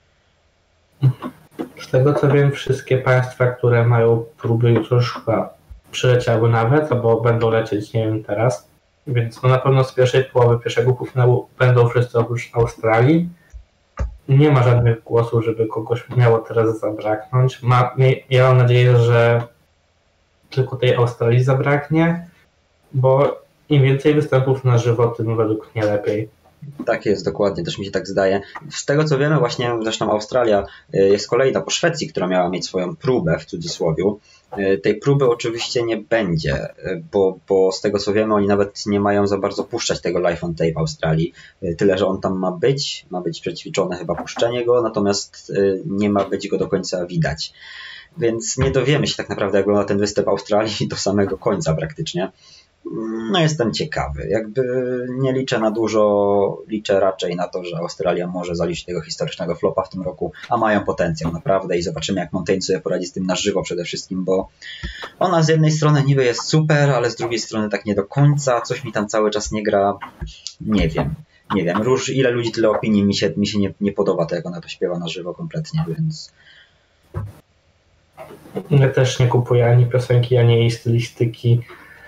Z tego co wiem, wszystkie państwa, które mają próby już chyba przyleciały nawet, albo będą lecieć, nie wiem teraz. Więc no na pewno z pierwszej połowy pierwszego półfinału będą wszyscy oprócz Australii. Nie ma żadnych głosów, żeby kogoś miało teraz zabraknąć. Ja mam nadzieję, że tylko tej Australii zabraknie, bo im więcej występów na żywo, tym według mnie lepiej. Tak jest, dokładnie, też mi się tak zdaje. Z tego co wiemy, właśnie zresztą Australia jest kolejna po Szwecji, która miała mieć swoją próbę w cudzysłowiu. Tej próby oczywiście nie będzie, bo z tego co wiemy, oni nawet nie mają za bardzo puszczać tego live on tape w Australii. Tyle, że on tam ma być przećwiczone chyba puszczenie go, natomiast nie ma być go do końca widać. Więc nie dowiemy się tak naprawdę, jak wygląda ten występ Australii do samego końca praktycznie. No jestem ciekawy. Jakby nie liczę na dużo, liczę raczej na to, że Australia może zaliczyć tego historycznego flopa w tym roku, a mają potencjał naprawdę i zobaczymy, jak Montaigne sobie poradzi z tym na żywo przede wszystkim, bo ona z jednej strony niby jest super, ale z drugiej strony tak nie do końca, coś mi tam cały czas nie gra, nie wiem. Ile ludzi, tyle opinii, mi się nie podoba to, jak ona to śpiewa na żywo kompletnie, więc... Ja też nie kupuję ani piosenki, ani jej stylistyki.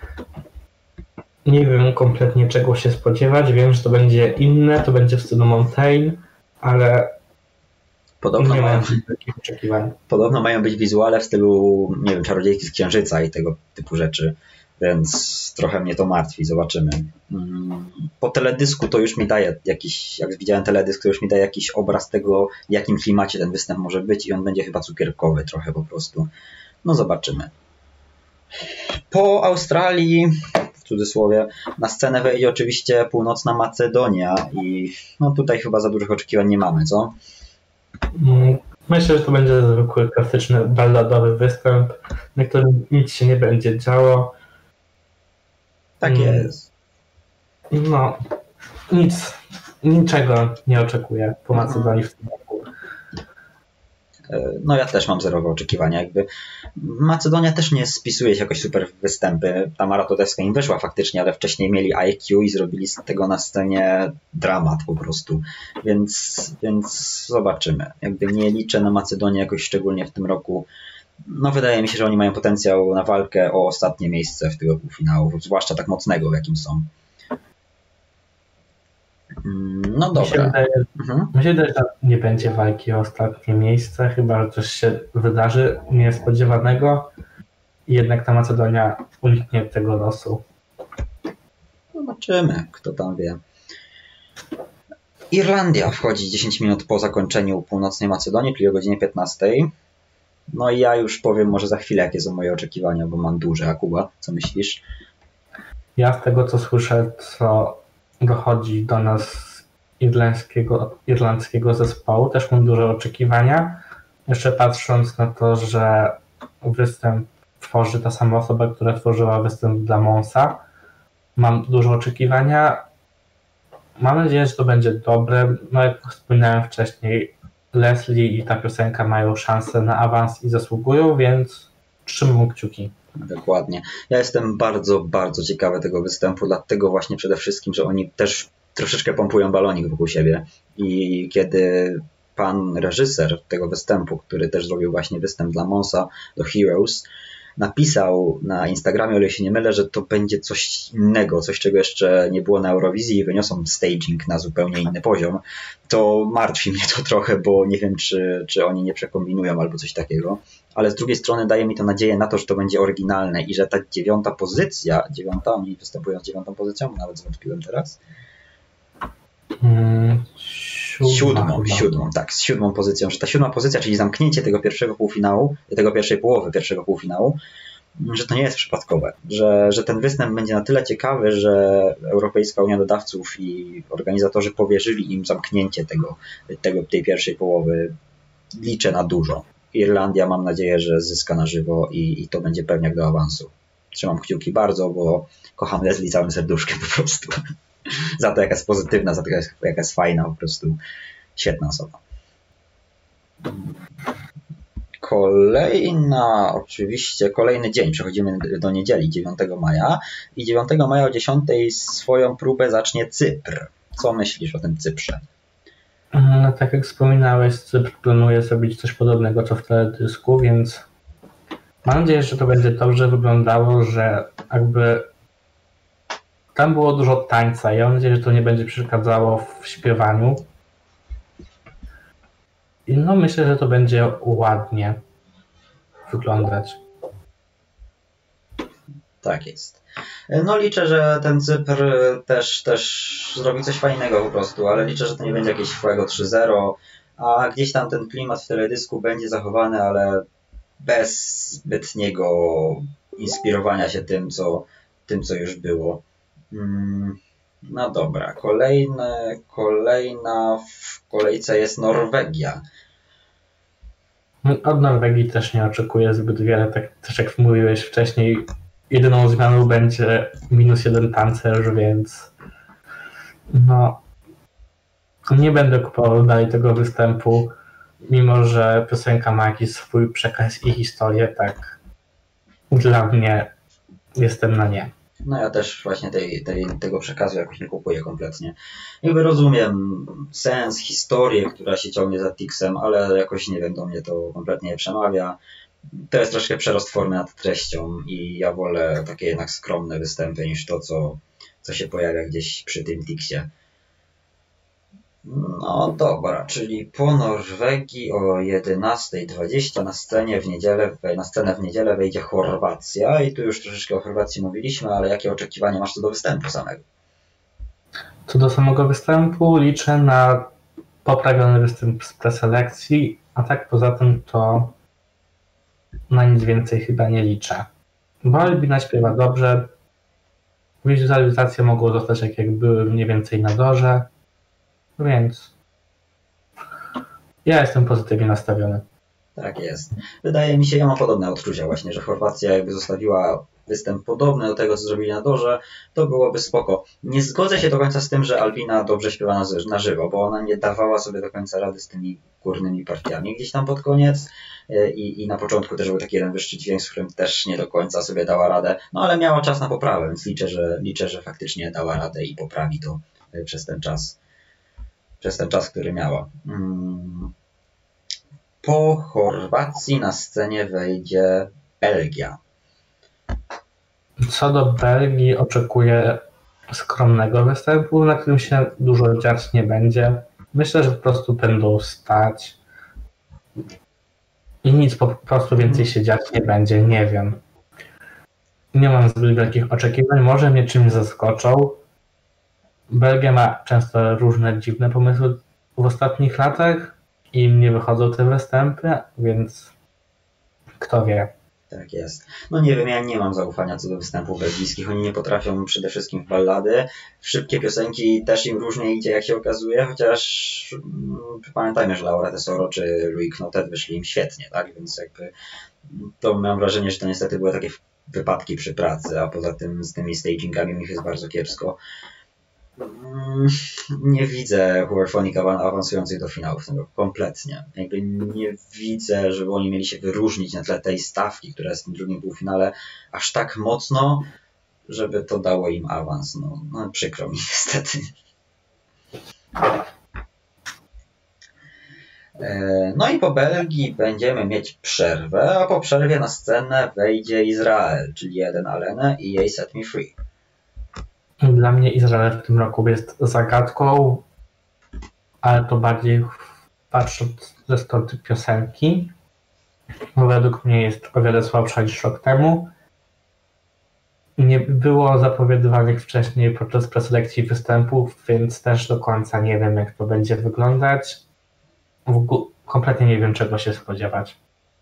Nie wiem kompletnie, czego się spodziewać. Wiem, że to będzie inne, to będzie w stylu Montaigne, ale nie mam takich oczekiwań. Podobno mają być wizuale w stylu, nie wiem, Czarodziejki z Księżyca i tego typu rzeczy, więc trochę mnie to martwi, zobaczymy. Po teledysku to już mi daje jakiś, jak widziałem teledysk, to już mi daje jakiś obraz tego, w jakim klimacie ten występ może być i on będzie chyba cukierkowy trochę po prostu. No zobaczymy. Po Australii, w cudzysłowie, na scenę wejdzie oczywiście Północna Macedonia i no tutaj chyba za dużych oczekiwań nie mamy, co? Myślę, że to będzie zwykły, klasyczny, balladowy występ, na którym nic się nie będzie działo. Tak jest. No, niczego nie oczekuję po Macedonii w tym roku. No ja też mam zerowe oczekiwania. Jakby Macedonia też nie spisuje się jakoś super w występy. Tamara Todewska im wyszła faktycznie, ale wcześniej mieli IQ i zrobili z tego na scenie dramat po prostu. Więc zobaczymy. Jakby nie liczę na Macedonię jakoś szczególnie w tym roku. No wydaje mi się, że oni mają potencjał na walkę o ostatnie miejsce w tego półfinału, zwłaszcza tak mocnego, w jakim są. No dobra. Mi się wydaje, że nie będzie walki o ostatnie miejsce, chyba że coś się wydarzy niespodziewanego i jednak ta Macedonia uniknie tego losu. Zobaczymy, kto tam wie. Irlandia wchodzi 10 minut po zakończeniu Północnej Macedonii, czyli o godzinie 15. No i ja już powiem może za chwilę, jakie są moje oczekiwania, bo mam duże. A Kuba, co myślisz? Ja z tego, co słyszę, co dochodzi do nas z irlandzkiego zespołu, też mam duże oczekiwania. Jeszcze patrząc na to, że występ tworzy ta sama osoba, która tworzyła występ dla Monsa, mam duże oczekiwania. Mam nadzieję, że to będzie dobre. No jak wspominałem wcześniej, Leslie i ta piosenka mają szansę na awans i zasługują, więc trzymam kciuki. Dokładnie. Ja jestem bardzo, bardzo ciekawy tego występu, dlatego właśnie przede wszystkim, że oni też troszeczkę pompują balonik wokół siebie i kiedy pan reżyser tego występu, który też zrobił właśnie występ dla Monsa do Heroes, napisał na Instagramie, o ile się nie mylę, że to będzie coś innego, coś czego jeszcze nie było na Eurowizji i wyniosą staging na zupełnie inny poziom, to martwi mnie to trochę, bo nie wiem, czy oni nie przekombinują albo coś takiego, ale z drugiej strony daje mi to nadzieję na to, że to będzie oryginalne i że ta 9. pozycja, oni występują z 9. pozycją, nawet zwątpiłem teraz. Siódmą, tak, z 7. pozycją, że ta 7. pozycja, czyli zamknięcie tego pierwszego półfinału, tego pierwszej połowy pierwszego półfinału, że to nie jest przypadkowe, że ten występ będzie na tyle ciekawy, że Europejska Unia Dodawców i organizatorzy powierzyli im zamknięcie tej pierwszej połowy. Liczę na dużo. Irlandia mam nadzieję, że zyska na żywo i to będzie pewniak do awansu. Trzymam kciuki bardzo, bo kocham Leslie całym serduszkiem po prostu. Za to, jaka jest pozytywna, za to, jaka jest fajna, po prostu świetna osoba. Kolejny dzień, przechodzimy do niedzieli, 9 maja i 9 maja o 10 swoją próbę zacznie Cypr. Co myślisz o tym Cyprze? No, tak jak wspominałeś, Cypr planuje zrobić coś podobnego co w teledysku, więc mam nadzieję, że to będzie dobrze wyglądało, że jakby tam było dużo tańca. Ja mam nadzieję, że to nie będzie przeszkadzało w śpiewaniu. I no myślę, że to będzie ładnie wyglądać. Tak jest. No liczę, że ten Cypr też zrobi coś fajnego po prostu, ale liczę, że to nie będzie jakieś Fuego 3.0, a gdzieś tam ten klimat w teledysku będzie zachowany, ale bez zbytniego inspirowania się tym, co już było. No dobra, kolejna w kolejce jest Norwegia. Od Norwegii też nie oczekuję zbyt wiele, tak też jak mówiłeś wcześniej, jedyną zmianą będzie -1 tancerz, więc no nie będę kupował dalej tego występu, mimo że piosenka ma jakiś swój przekaz i historię, tak dla mnie jestem na nie. No ja też właśnie tego przekazu jakoś nie kupuję kompletnie. Jakby rozumiem sens, historię, która się ciągnie za Tixem, ale jakoś nie wiem, do mnie to kompletnie nie przemawia. To jest troszkę przerost formy nad treścią i ja wolę takie jednak skromne występy niż to, co się pojawia gdzieś przy tym Tixie. No dobra, czyli po Norwegii o 11:20 na scenę w niedzielę wejdzie Chorwacja i tu już troszeczkę o Chorwacji mówiliśmy, ale jakie oczekiwania masz co do występu samego? Co do samego występu liczę na poprawiony występ z preselekcji, a tak poza tym to na nic więcej chyba nie liczę. Bo Albina śpiewa dobrze, wizualizacje mogą zostać jak były mniej więcej na dorze, więc ja jestem pozytywnie nastawiony. Tak jest. Wydaje mi się, ja mam podobne odczucia właśnie, że Chorwacja jakby zostawiła występ podobny do tego, co zrobili na Dorze, to byłoby spoko. Nie zgodzę się do końca z tym, że Albina dobrze śpiewa na żywo, bo ona nie dawała sobie do końca rady z tymi górnymi partiami gdzieś tam pod koniec i na początku też był taki jeden wyższy dźwięk, z którym też nie do końca sobie dała radę, no ale miała czas na poprawę, więc liczę, że faktycznie dała radę i poprawi to przez ten czas, który miała. Po Chorwacji na scenie wejdzie Belgia. Co do Belgii, oczekuję skromnego występu, na którym się dużo dziać nie będzie. Myślę, że po prostu będą stać i nic po prostu więcej się dziać nie będzie, nie wiem. Nie mam zbyt wielkich oczekiwań, może mnie czymś zaskoczą. Belgia ma często różne dziwne pomysły w ostatnich latach i nie wychodzą te występy, więc kto wie. Tak jest. No nie wiem, ja nie mam zaufania co do występów belgijskich. Oni nie potrafią przede wszystkim w ballady. W szybkie piosenki też im różnie idzie, jak się okazuje, chociaż pamiętajmy, że Laura Tesoro czy Louis Knotet wyszli im świetnie, tak? Więc jakby to mam wrażenie, że to niestety były takie wypadki przy pracy, a poza tym z tymi stagingami ich jest bardzo kiepsko. Nie widzę Hurafonic awansujących do finału w tym roku, kompletnie. Jakby nie widzę, żeby oni mieli się wyróżnić na tle tej stawki, która jest w tym drugim półfinale, aż tak mocno, żeby to dało im awans. No przykro mi niestety. No i po Belgii będziemy mieć przerwę, a po przerwie na scenę wejdzie Izrael, czyli Eden Alene i jej Set Me Free. Dla mnie Izrael w tym roku jest zagadką, ale to bardziej patrząc ze strony piosenki. Bo według mnie jest o wiele słabsza niż rok temu. Nie było zapowiadywanych wcześniej podczas preselekcji występów, więc też do końca nie wiem, jak to będzie wyglądać. Kompletnie nie wiem, czego się spodziewać.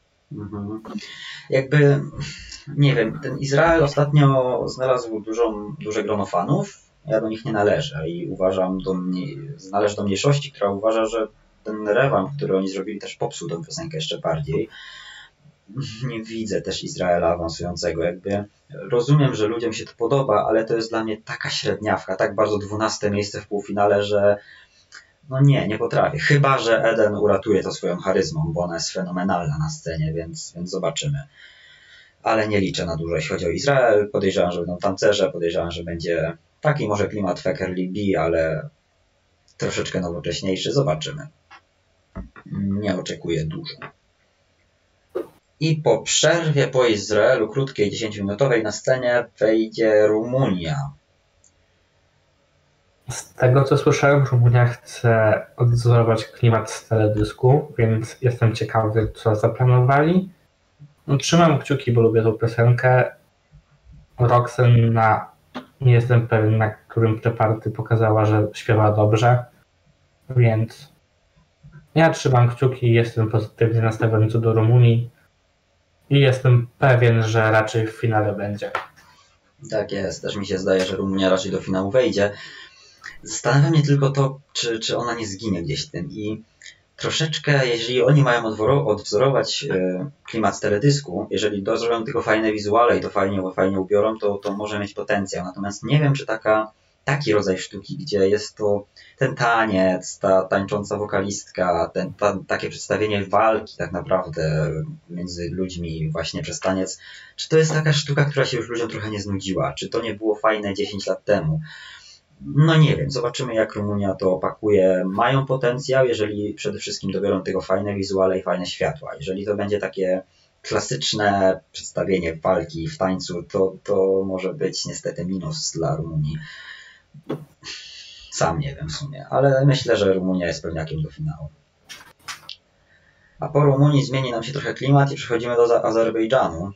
Jakby, nie wiem, ten Izrael ostatnio znalazł duże grono fanów. Ja do nich nie należę i należę do mniejszości, która uważa, że ten rewamp, który oni zrobili, też popsuł tę piosenkę jeszcze bardziej. Nie widzę też Izraela awansującego. Jakby rozumiem, że ludziom się to podoba, ale to jest dla mnie taka średniawka, tak bardzo 12 miejsce w półfinale, że no nie potrafię. Chyba że Eden uratuje to swoją charyzmą, bo ona jest fenomenalna na scenie, więc zobaczymy. Ale nie liczę na dużo, jeśli chodzi o Izrael. Podejrzewam, że będą tancerze, podejrzewam, że będzie taki może klimat Feckerli B, ale troszeczkę nowocześniejszy. Zobaczymy. Nie oczekuję dużo. I po przerwie po Izraelu, krótkiej 10-minutowej, na scenie wejdzie Rumunia. Z tego co słyszałem, Rumunia chce odwzorować klimat z teledysku, więc jestem ciekawy, co zaplanowali. Trzymam kciuki, bo lubię tą piosenkę. Roxanne nie jestem pewien, na którym preparty pokazała, że śpiewa dobrze, więc ja trzymam kciuki i jestem pozytywnie nastawiony co do Rumunii i jestem pewien, że raczej w finale będzie. Tak jest, też mi się zdaje, że Rumunia raczej do finału wejdzie. Zastanawia mnie tylko to, czy ona nie zginie gdzieś w tym i troszeczkę, jeżeli oni mają odwzorować klimat z teledysku, jeżeli zrobią tylko fajne wizuale i to fajnie ubiorą, to może mieć potencjał. Natomiast nie wiem, czy taki rodzaj sztuki, gdzie jest to ten taniec, ta tańcząca wokalistka, takie przedstawienie walki tak naprawdę między ludźmi właśnie przez taniec, czy to jest taka sztuka, która się już ludziom trochę nie znudziła? Czy to nie było fajne 10 lat temu? No nie wiem, zobaczymy jak Rumunia to opakuje. Mają potencjał, jeżeli przede wszystkim dobiorą tego fajne wizuale i fajne światła. Jeżeli to będzie takie klasyczne przedstawienie walki w tańcu, to może być niestety minus dla Rumunii. Sam nie wiem w sumie, ale myślę, że Rumunia jest pewniakiem do finału. A po Rumunii zmieni nam się trochę klimat i przechodzimy do Azerbejdżanu.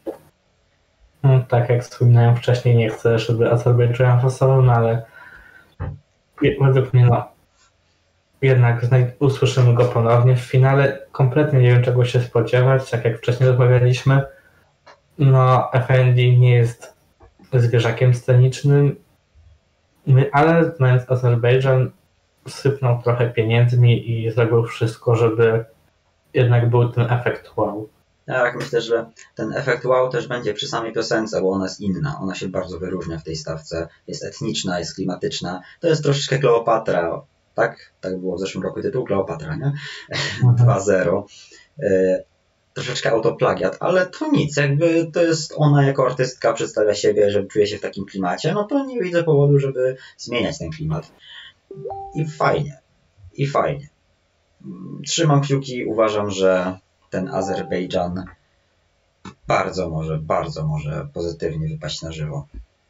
Tak jak wspominałem wcześniej, nie chcę, żeby Azerbejdżan awansował, no ale według mnie jednak usłyszymy go ponownie w finale. Kompletnie nie wiem, czego się spodziewać, tak jak wcześniej rozmawialiśmy. No, Effendi nie jest zwierzakiem scenicznym, ale znając Azerbejdżan sypnął trochę pieniędzmi i zrobił wszystko, żeby jednak był ten efekt wow. Tak, myślę, że ten efekt wow też będzie przy samej piosence, bo ona jest inna. Ona się bardzo wyróżnia w tej stawce. Jest etniczna, jest klimatyczna. To jest troszeczkę Kleopatra, tak? Tak było w zeszłym roku tytuł Kleopatra, nie? 2-0. Troszeczkę autoplagiat, ale to nic. Jakby to jest ona jako artystka przedstawia siebie, że czuje się w takim klimacie, no to nie widzę powodu, żeby zmieniać ten klimat. I fajnie. I fajnie. Trzymam kciuki. Uważam, że ten Azerbejdżan bardzo może pozytywnie wypaść na żywo.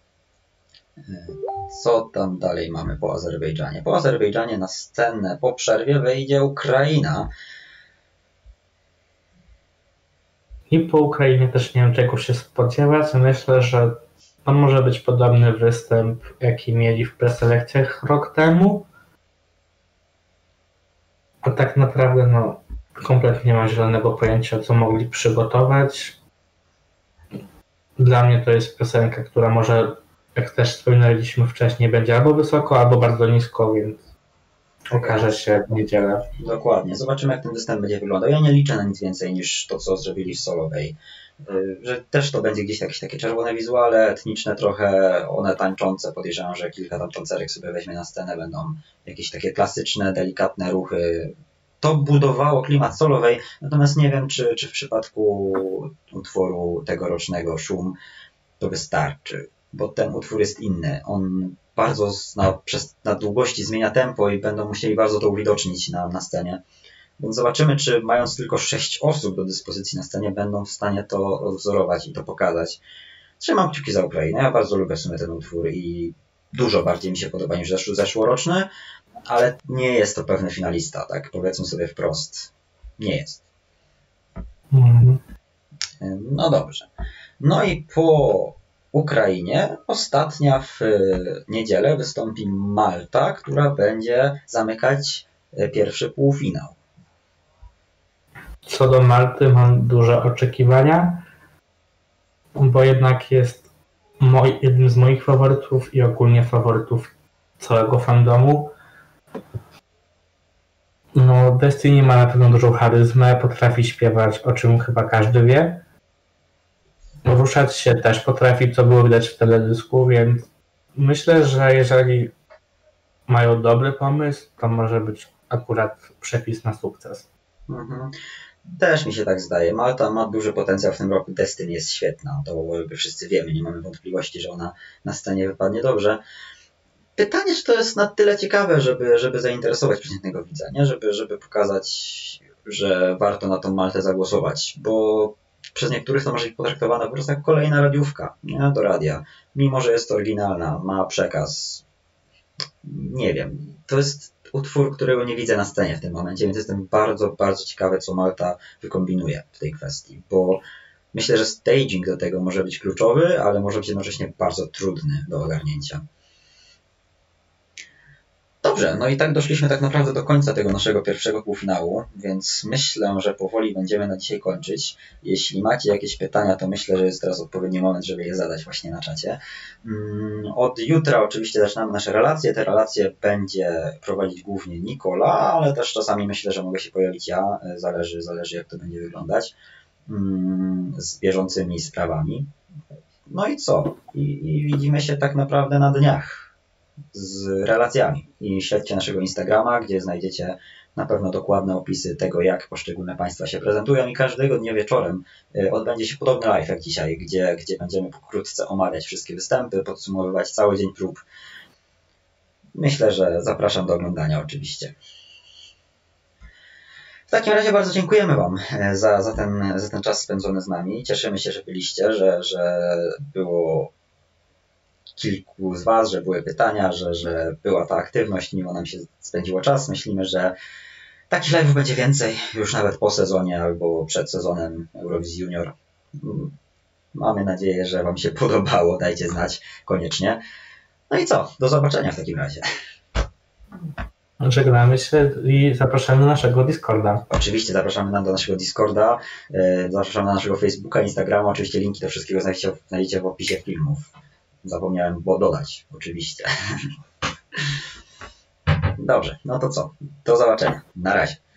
Co tam dalej mamy po Azerbejdżanie? Po Azerbejdżanie na scenę po przerwie wejdzie Ukraina. I po Ukrainie też nie wiem, czego się spodziewać. Myślę, że to może być podobny występ, jaki mieli w preselekcjach rok temu. A tak naprawdę no, kompletnie nie mam zielonego pojęcia, co mogli przygotować. Dla mnie to jest piosenka, która może, jak też wspominaliśmy wcześniej, będzie albo wysoko, albo bardzo nisko, więc okaże się w niedzielę. Dokładnie. Zobaczymy, jak ten występ będzie wyglądał. Ja nie liczę na nic więcej niż to, co zrobili w solowej. Że też to będzie gdzieś jakieś takie czerwone wizuale, etniczne trochę, one tańczące. Podejrzewam, że kilka tam tancerek sobie weźmie na scenę, będą jakieś takie klasyczne, delikatne ruchy. To budowało klimat solowej, natomiast nie wiem, czy w przypadku utworu tegorocznego Szum to wystarczy, bo ten utwór jest inny. On bardzo na długości zmienia tempo i będą musieli bardzo to uwidocznić na scenie. Więc zobaczymy, czy mając tylko 6 osób do dyspozycji na scenie, będą w stanie to odwzorować i to pokazać. Trzymam kciuki za Ukrainę. Ja bardzo lubię w sumie ten utwór i dużo bardziej mi się podoba niż zeszłoroczny, ale nie jest to pewny finalista, tak? Powiedzmy sobie wprost. Nie jest. No dobrze. No i po Ukrainie ostatnia w niedzielę wystąpi Malta, która będzie zamykać pierwszy półfinał. Co do Malty mam duże oczekiwania, bo jednak jest jednym z moich faworytów i ogólnie faworytów całego fandomu. No, Destiny ma na pewno dużą charyzmę, potrafi śpiewać, o czym chyba każdy wie. Ruszać się też potrafi, co było widać w teledysku, więc myślę, że jeżeli mają dobry pomysł, to może być akurat przepis na sukces. Też mi się tak zdaje. Malta ma duży potencjał w tym roku. Destiny jest świetna. To wszyscy wiemy. Nie mamy wątpliwości, że ona na scenie wypadnie dobrze. Pytanie, czy to jest na tyle ciekawe, żeby zainteresować przeciętnego widza, nie? Żeby pokazać, że warto na tą Maltę zagłosować, bo przez niektórych to może być potraktowana po prostu jak kolejna radiówka, nie? Do radia. Mimo że jest oryginalna, ma przekaz. Nie wiem. To jest utwór, którego nie widzę na scenie w tym momencie, więc jestem bardzo, bardzo ciekawy, co Malta wykombinuje w tej kwestii, bo myślę, że staging do tego może być kluczowy, ale może być jednocześnie bardzo trudny do ogarnięcia. Dobrze, no i tak doszliśmy tak naprawdę do końca tego naszego pierwszego półfinału, więc myślę, że powoli będziemy na dzisiaj kończyć. Jeśli macie jakieś pytania, to myślę, że jest teraz odpowiedni moment, żeby je zadać właśnie na czacie. Od jutra oczywiście zaczynamy nasze relacje. Te relacje będzie prowadzić głównie Nikola, ale też czasami myślę, że mogę się pojawić ja. Zależy jak to będzie wyglądać z bieżącymi sprawami. No i co? I widzimy się tak naprawdę na dniach z relacjami. I śledźcie naszego Instagrama, gdzie znajdziecie na pewno dokładne opisy tego, jak poszczególne państwa się prezentują i każdego dnia wieczorem odbędzie się podobny live jak dzisiaj, gdzie będziemy pokrótce omawiać wszystkie występy, podsumowywać cały dzień prób. Myślę, że zapraszam do oglądania oczywiście. W takim razie bardzo dziękujemy Wam za ten czas spędzony z nami. Cieszymy się, że byliście, że było kilku z Was, że były pytania, że była ta aktywność, miło nam się spędziło czas. Myślimy, że takich live'ów będzie więcej, już nawet po sezonie albo przed sezonem Eurowizji Junior. Mamy nadzieję, że Wam się podobało. Dajcie znać koniecznie. No i co? Do zobaczenia w takim razie. Żegnamy się i zapraszamy do naszego Discorda. Oczywiście zapraszamy do naszego Discorda, zapraszamy na naszego Facebooka, Instagrama. Oczywiście linki do wszystkiego znajdziecie w opisie filmów. Zapomniałem dodać, oczywiście. Dobrze, no to co? Do zobaczenia. Na razie.